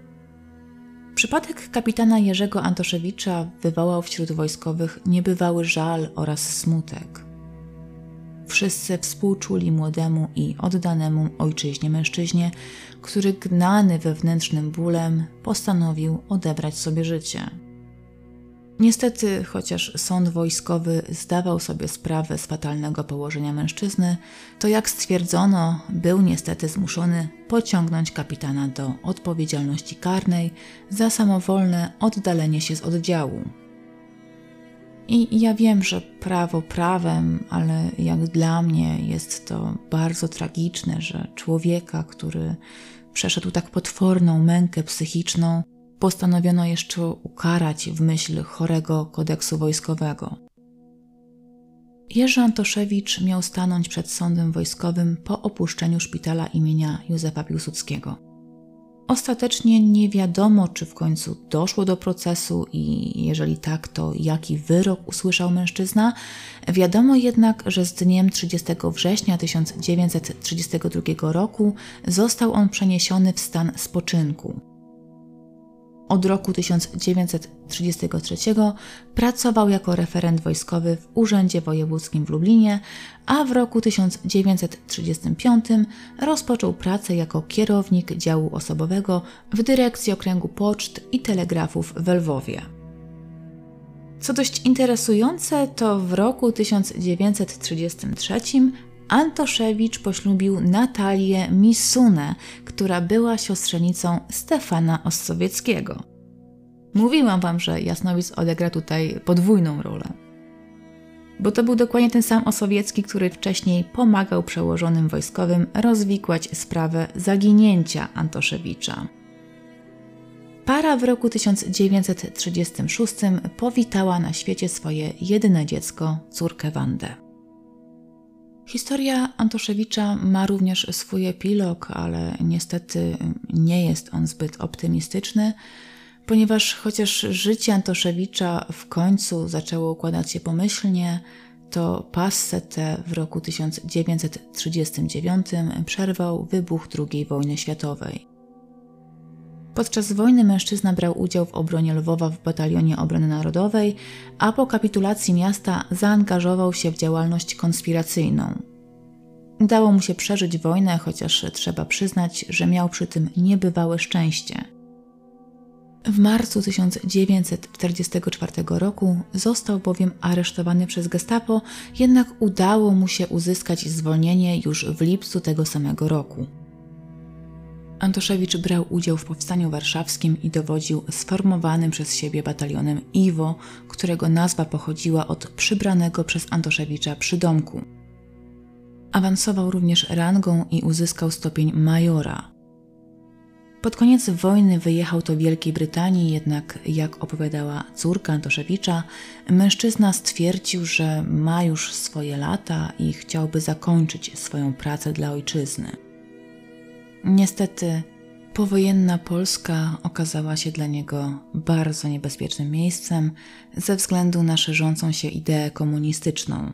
Przypadek kapitana Jerzego Antoszewicza wywołał wśród wojskowych niebywały żal oraz smutek. Wszyscy współczuli młodemu i oddanemu ojczyźnie mężczyźnie, który gnany wewnętrznym bólem postanowił odebrać sobie życie. Niestety, chociaż sąd wojskowy zdawał sobie sprawę z fatalnego położenia mężczyzny, to jak stwierdzono, był niestety zmuszony pociągnąć kapitana do odpowiedzialności karnej za samowolne oddalenie się z oddziału. I ja wiem, że prawo prawem, ale jak dla mnie jest to bardzo tragiczne, że człowieka, który przeszedł tak potworną mękę psychiczną, postanowiono jeszcze ukarać w myśl chorego kodeksu wojskowego. Jerzy Antoszewicz miał stanąć przed sądem wojskowym po opuszczeniu szpitala imienia Józefa Piłsudskiego. Ostatecznie nie wiadomo, czy w końcu doszło do procesu i jeżeli tak, to jaki wyrok usłyszał mężczyzna. Wiadomo jednak, że z dniem 30 września 1932 roku został on przeniesiony w stan spoczynku. Od roku 1933 pracował jako referent wojskowy w Urzędzie Wojewódzkim w Lublinie, a w roku 1935 rozpoczął pracę jako kierownik działu osobowego w Dyrekcji Okręgu Poczt i Telegrafów w Lwowie. Co dość interesujące, to w roku 1933 Antoszewicz poślubił Natalię Misunę, która była siostrzenicą Stefana Ossowieckiego. Mówiłam wam, że Jasnowic odegra tutaj podwójną rolę. Bo to był dokładnie ten sam Ossowiecki, który wcześniej pomagał przełożonym wojskowym rozwikłać sprawę zaginięcia Antoszewicza. Para w roku 1936 powitała na świecie swoje jedyne dziecko, córkę Wandę. Historia Antoszewicza ma również swój epilog, ale niestety nie jest on zbyt optymistyczny, ponieważ chociaż życie Antoszewicza w końcu zaczęło układać się pomyślnie, to passę tę w roku 1939 przerwał wybuch II wojny światowej. Podczas wojny mężczyzna brał udział w obronie Lwowa w Batalionie Obrony Narodowej, a po kapitulacji miasta zaangażował się w działalność konspiracyjną. Udało mu się przeżyć wojnę, chociaż trzeba przyznać, że miał przy tym niebywałe szczęście. W marcu 1944 roku został bowiem aresztowany przez Gestapo, jednak udało mu się uzyskać zwolnienie już w lipcu tego samego roku. Antoszewicz brał udział w powstaniu warszawskim i dowodził sformowanym przez siebie batalionem Iwo, którego nazwa pochodziła od przybranego przez Antoszewicza przydomku. Awansował również rangą i uzyskał stopień majora. Pod koniec wojny wyjechał do Wielkiej Brytanii, jednak jak opowiadała córka Antoszewicza, mężczyzna stwierdził, że ma już swoje lata i chciałby zakończyć swoją pracę dla ojczyzny. Niestety, powojenna Polska okazała się dla niego bardzo niebezpiecznym miejscem ze względu na szerzącą się ideę komunistyczną.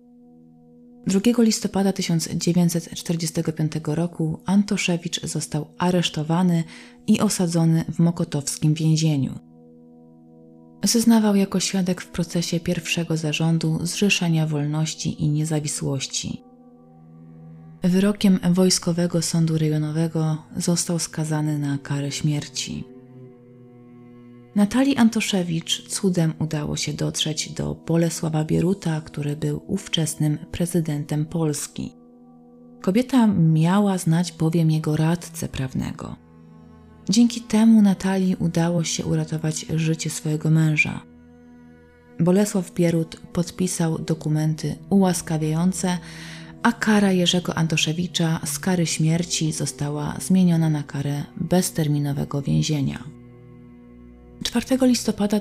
2 listopada 1945 roku Antoszewicz został aresztowany i osadzony w mokotowskim więzieniu. Zeznawał jako świadek w procesie pierwszego zarządu Zrzeszenia Wolności i Niezawisłości. Wyrokiem Wojskowego Sądu Rejonowego został skazany na karę śmierci. Natalii Antoszewicz cudem udało się dotrzeć do Bolesława Bieruta, który był ówczesnym prezydentem Polski. Kobieta miała znać bowiem jego radcę prawnego. Dzięki temu Natalii udało się uratować życie swojego męża. Bolesław Bierut podpisał dokumenty ułaskawiające, a kara Jerzego Antoszewicza z kary śmierci została zmieniona na karę bezterminowego więzienia. 4 listopada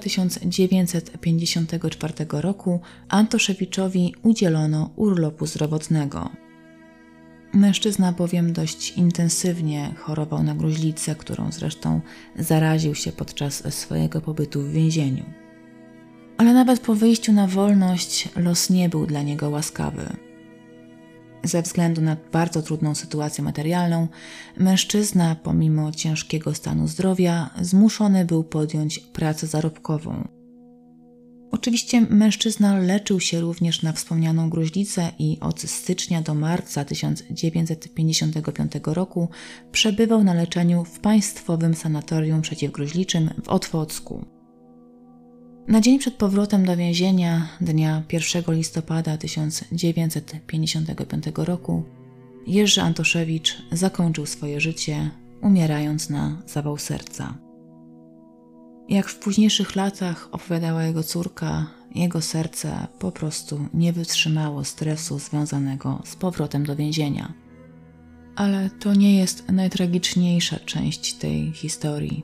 1954 roku Antoszewiczowi udzielono urlopu zdrowotnego. Mężczyzna bowiem dość intensywnie chorował na gruźlicę, którą zresztą zaraził się podczas swojego pobytu w więzieniu. Ale nawet po wyjściu na wolność los nie był dla niego łaskawy. Ze względu na bardzo trudną sytuację materialną, mężczyzna, pomimo ciężkiego stanu zdrowia, zmuszony był podjąć pracę zarobkową. Oczywiście mężczyzna leczył się również na wspomnianą gruźlicę i od stycznia do marca 1955 roku przebywał na leczeniu w Państwowym Sanatorium Przeciwgruźliczym w Otwocku. Na dzień przed powrotem do więzienia, dnia 1 listopada 1955 roku, Jerzy Antoszewicz zakończył swoje życie, umierając na zawał serca. Jak w późniejszych latach opowiadała jego córka, jego serce po prostu nie wytrzymało stresu związanego z powrotem do więzienia. Ale to nie jest najtragiczniejsza część tej historii.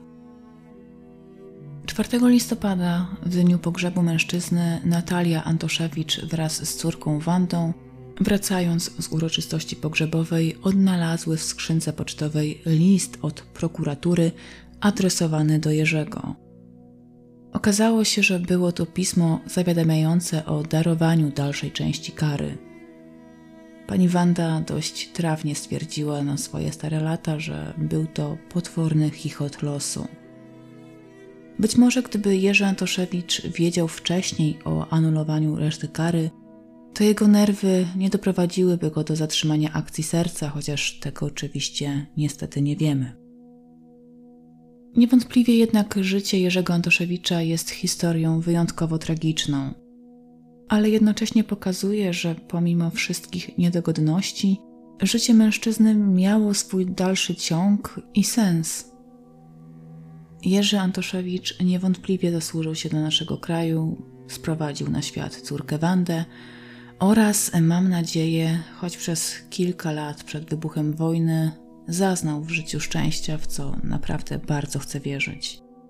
4 listopada, w dniu pogrzebu mężczyzny, Natalia Antoszewicz wraz z córką Wandą, wracając z uroczystości pogrzebowej, odnalazły w skrzynce pocztowej list od prokuratury adresowany do Jerzego. Okazało się, że było to pismo zawiadamiające o darowaniu dalszej części kary. Pani Wanda dość trawnie stwierdziła na swoje stare lata, że był to potworny chichot losu. Być może gdyby Jerzy Antoszewicz wiedział wcześniej o anulowaniu reszty kary, to jego nerwy nie doprowadziłyby go do zatrzymania akcji serca, chociaż tego oczywiście niestety nie wiemy. Niewątpliwie jednak życie Jerzego Antoszewicza jest historią wyjątkowo tragiczną, ale jednocześnie pokazuje, że pomimo wszystkich niedogodności, życie mężczyzny miało swój dalszy ciąg i sens. Jerzy Antoszewicz niewątpliwie zasłużył się do naszego kraju, sprowadził na świat córkę Wandę oraz, mam nadzieję, choć przez kilka lat przed wybuchem wojny, zaznał w życiu szczęścia, w co naprawdę bardzo chcę wierzyć.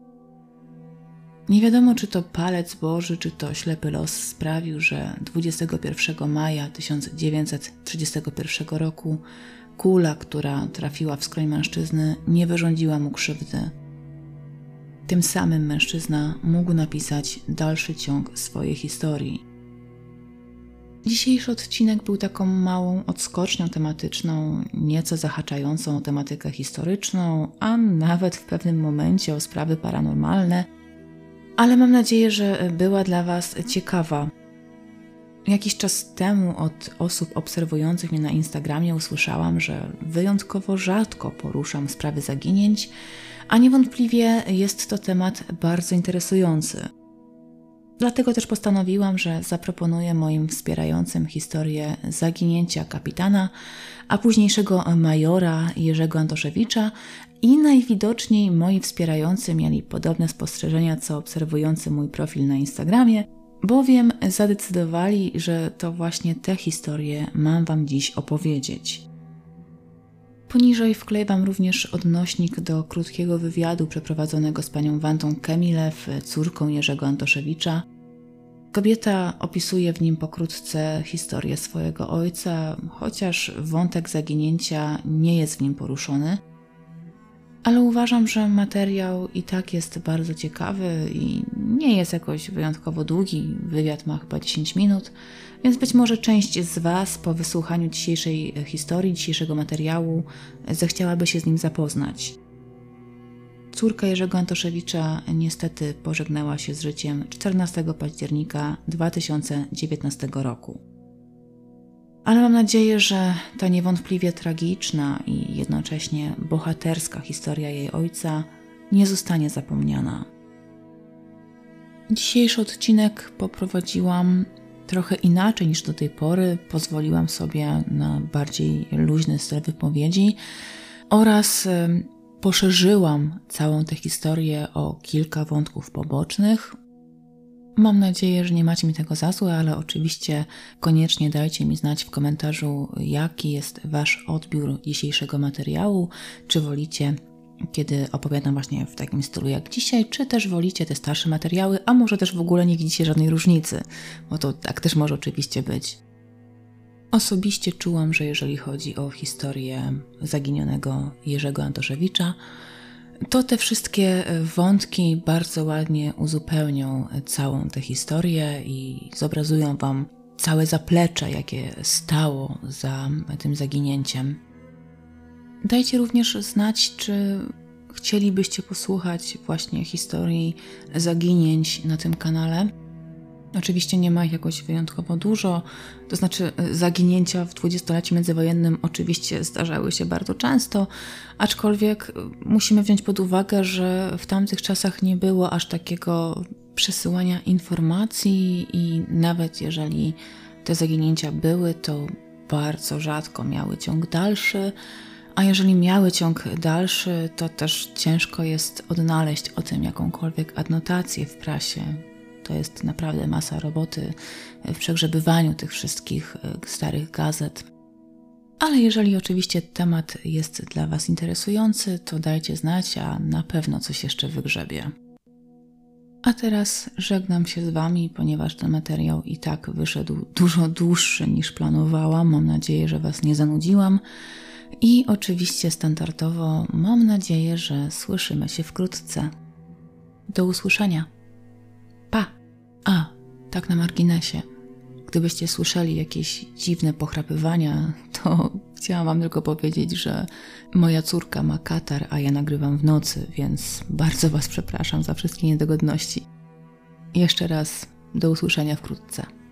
Nie wiadomo, czy to palec Boży, czy to ślepy los sprawił, że 21 maja 1931 roku kula, która trafiła w skroń mężczyzny, nie wyrządziła mu krzywdy. Tym samym mężczyzna mógł napisać dalszy ciąg swojej historii. Dzisiejszy odcinek był taką małą odskocznią tematyczną, nieco zahaczającą o tematykę historyczną, a nawet w pewnym momencie o sprawy paranormalne, ale mam nadzieję, że była dla Was ciekawa. Jakiś czas temu od osób obserwujących mnie na Instagramie usłyszałam, że wyjątkowo rzadko poruszam sprawy zaginięć, a niewątpliwie jest to temat bardzo interesujący. Dlatego też postanowiłam, że zaproponuję moim wspierającym historię zaginięcia kapitana, a późniejszego majora Jerzego Antoszewicza i najwidoczniej moi wspierający mieli podobne spostrzeżenia co obserwujący mój profil na Instagramie, bowiem zadecydowali, że to właśnie tę historię mam Wam dziś opowiedzieć. Poniżej wkleję Wam również odnośnik do krótkiego wywiadu przeprowadzonego z panią Wandą Kemilew, córką Jerzego Antoszewicza. Kobieta opisuje w nim pokrótce historię swojego ojca, chociaż wątek zaginięcia nie jest w nim poruszony. Ale uważam, że materiał i tak jest bardzo ciekawy i nie jest jakoś wyjątkowo długi. Wywiad ma chyba 10 minut, więc być może część z Was po wysłuchaniu dzisiejszej historii, dzisiejszego materiału zechciałaby się z nim zapoznać. Córka Jerzego Antoszewicza niestety pożegnała się z życiem 14 października 2019 roku. Ale mam nadzieję, że ta niewątpliwie tragiczna i jednocześnie bohaterska historia jej ojca nie zostanie zapomniana. Dzisiejszy odcinek poprowadziłam trochę inaczej niż do tej pory. Pozwoliłam sobie na bardziej luźny styl wypowiedzi oraz poszerzyłam całą tę historię o kilka wątków pobocznych. Mam nadzieję, że nie macie mi tego za złe, ale oczywiście koniecznie dajcie mi znać w komentarzu, jaki jest Wasz odbiór dzisiejszego materiału. Czy wolicie, kiedy opowiadam właśnie w takim stylu jak dzisiaj, czy też wolicie te starsze materiały, a może też w ogóle nie widzicie żadnej różnicy, bo to tak też może oczywiście być. Osobiście czułam, że jeżeli chodzi o historię zaginionego Jerzego Antoszewicza, to te wszystkie wątki bardzo ładnie uzupełnią całą tę historię i zobrazują Wam całe zaplecze, jakie stało za tym zaginięciem. Dajcie również znać, czy chcielibyście posłuchać właśnie historii zaginięć na tym kanale. Oczywiście nie ma ich jakoś wyjątkowo dużo, to znaczy zaginięcia w dwudziestoleciu międzywojennym oczywiście zdarzały się bardzo często, aczkolwiek musimy wziąć pod uwagę, że w tamtych czasach nie było aż takiego przesyłania informacji i nawet jeżeli te zaginięcia były, to bardzo rzadko miały ciąg dalszy, a jeżeli miały ciąg dalszy, to też ciężko jest odnaleźć o tym jakąkolwiek adnotację w prasie. To jest naprawdę masa roboty w przegrzebywaniu tych wszystkich starych gazet. Ale jeżeli oczywiście temat jest dla Was interesujący, to dajcie znać, a na pewno coś jeszcze wygrzebię. A teraz żegnam się z Wami, ponieważ ten materiał i tak wyszedł dużo dłuższy niż planowałam. Mam nadzieję, że Was nie zanudziłam. I oczywiście standardowo mam nadzieję, że słyszymy się wkrótce. Do usłyszenia. Pa! A, tak na marginesie. Gdybyście słyszeli jakieś dziwne pochrapywania, to chciałam Wam tylko powiedzieć, że moja córka ma katar, a ja nagrywam w nocy, więc bardzo Was przepraszam za wszystkie niedogodności. Jeszcze raz do usłyszenia wkrótce.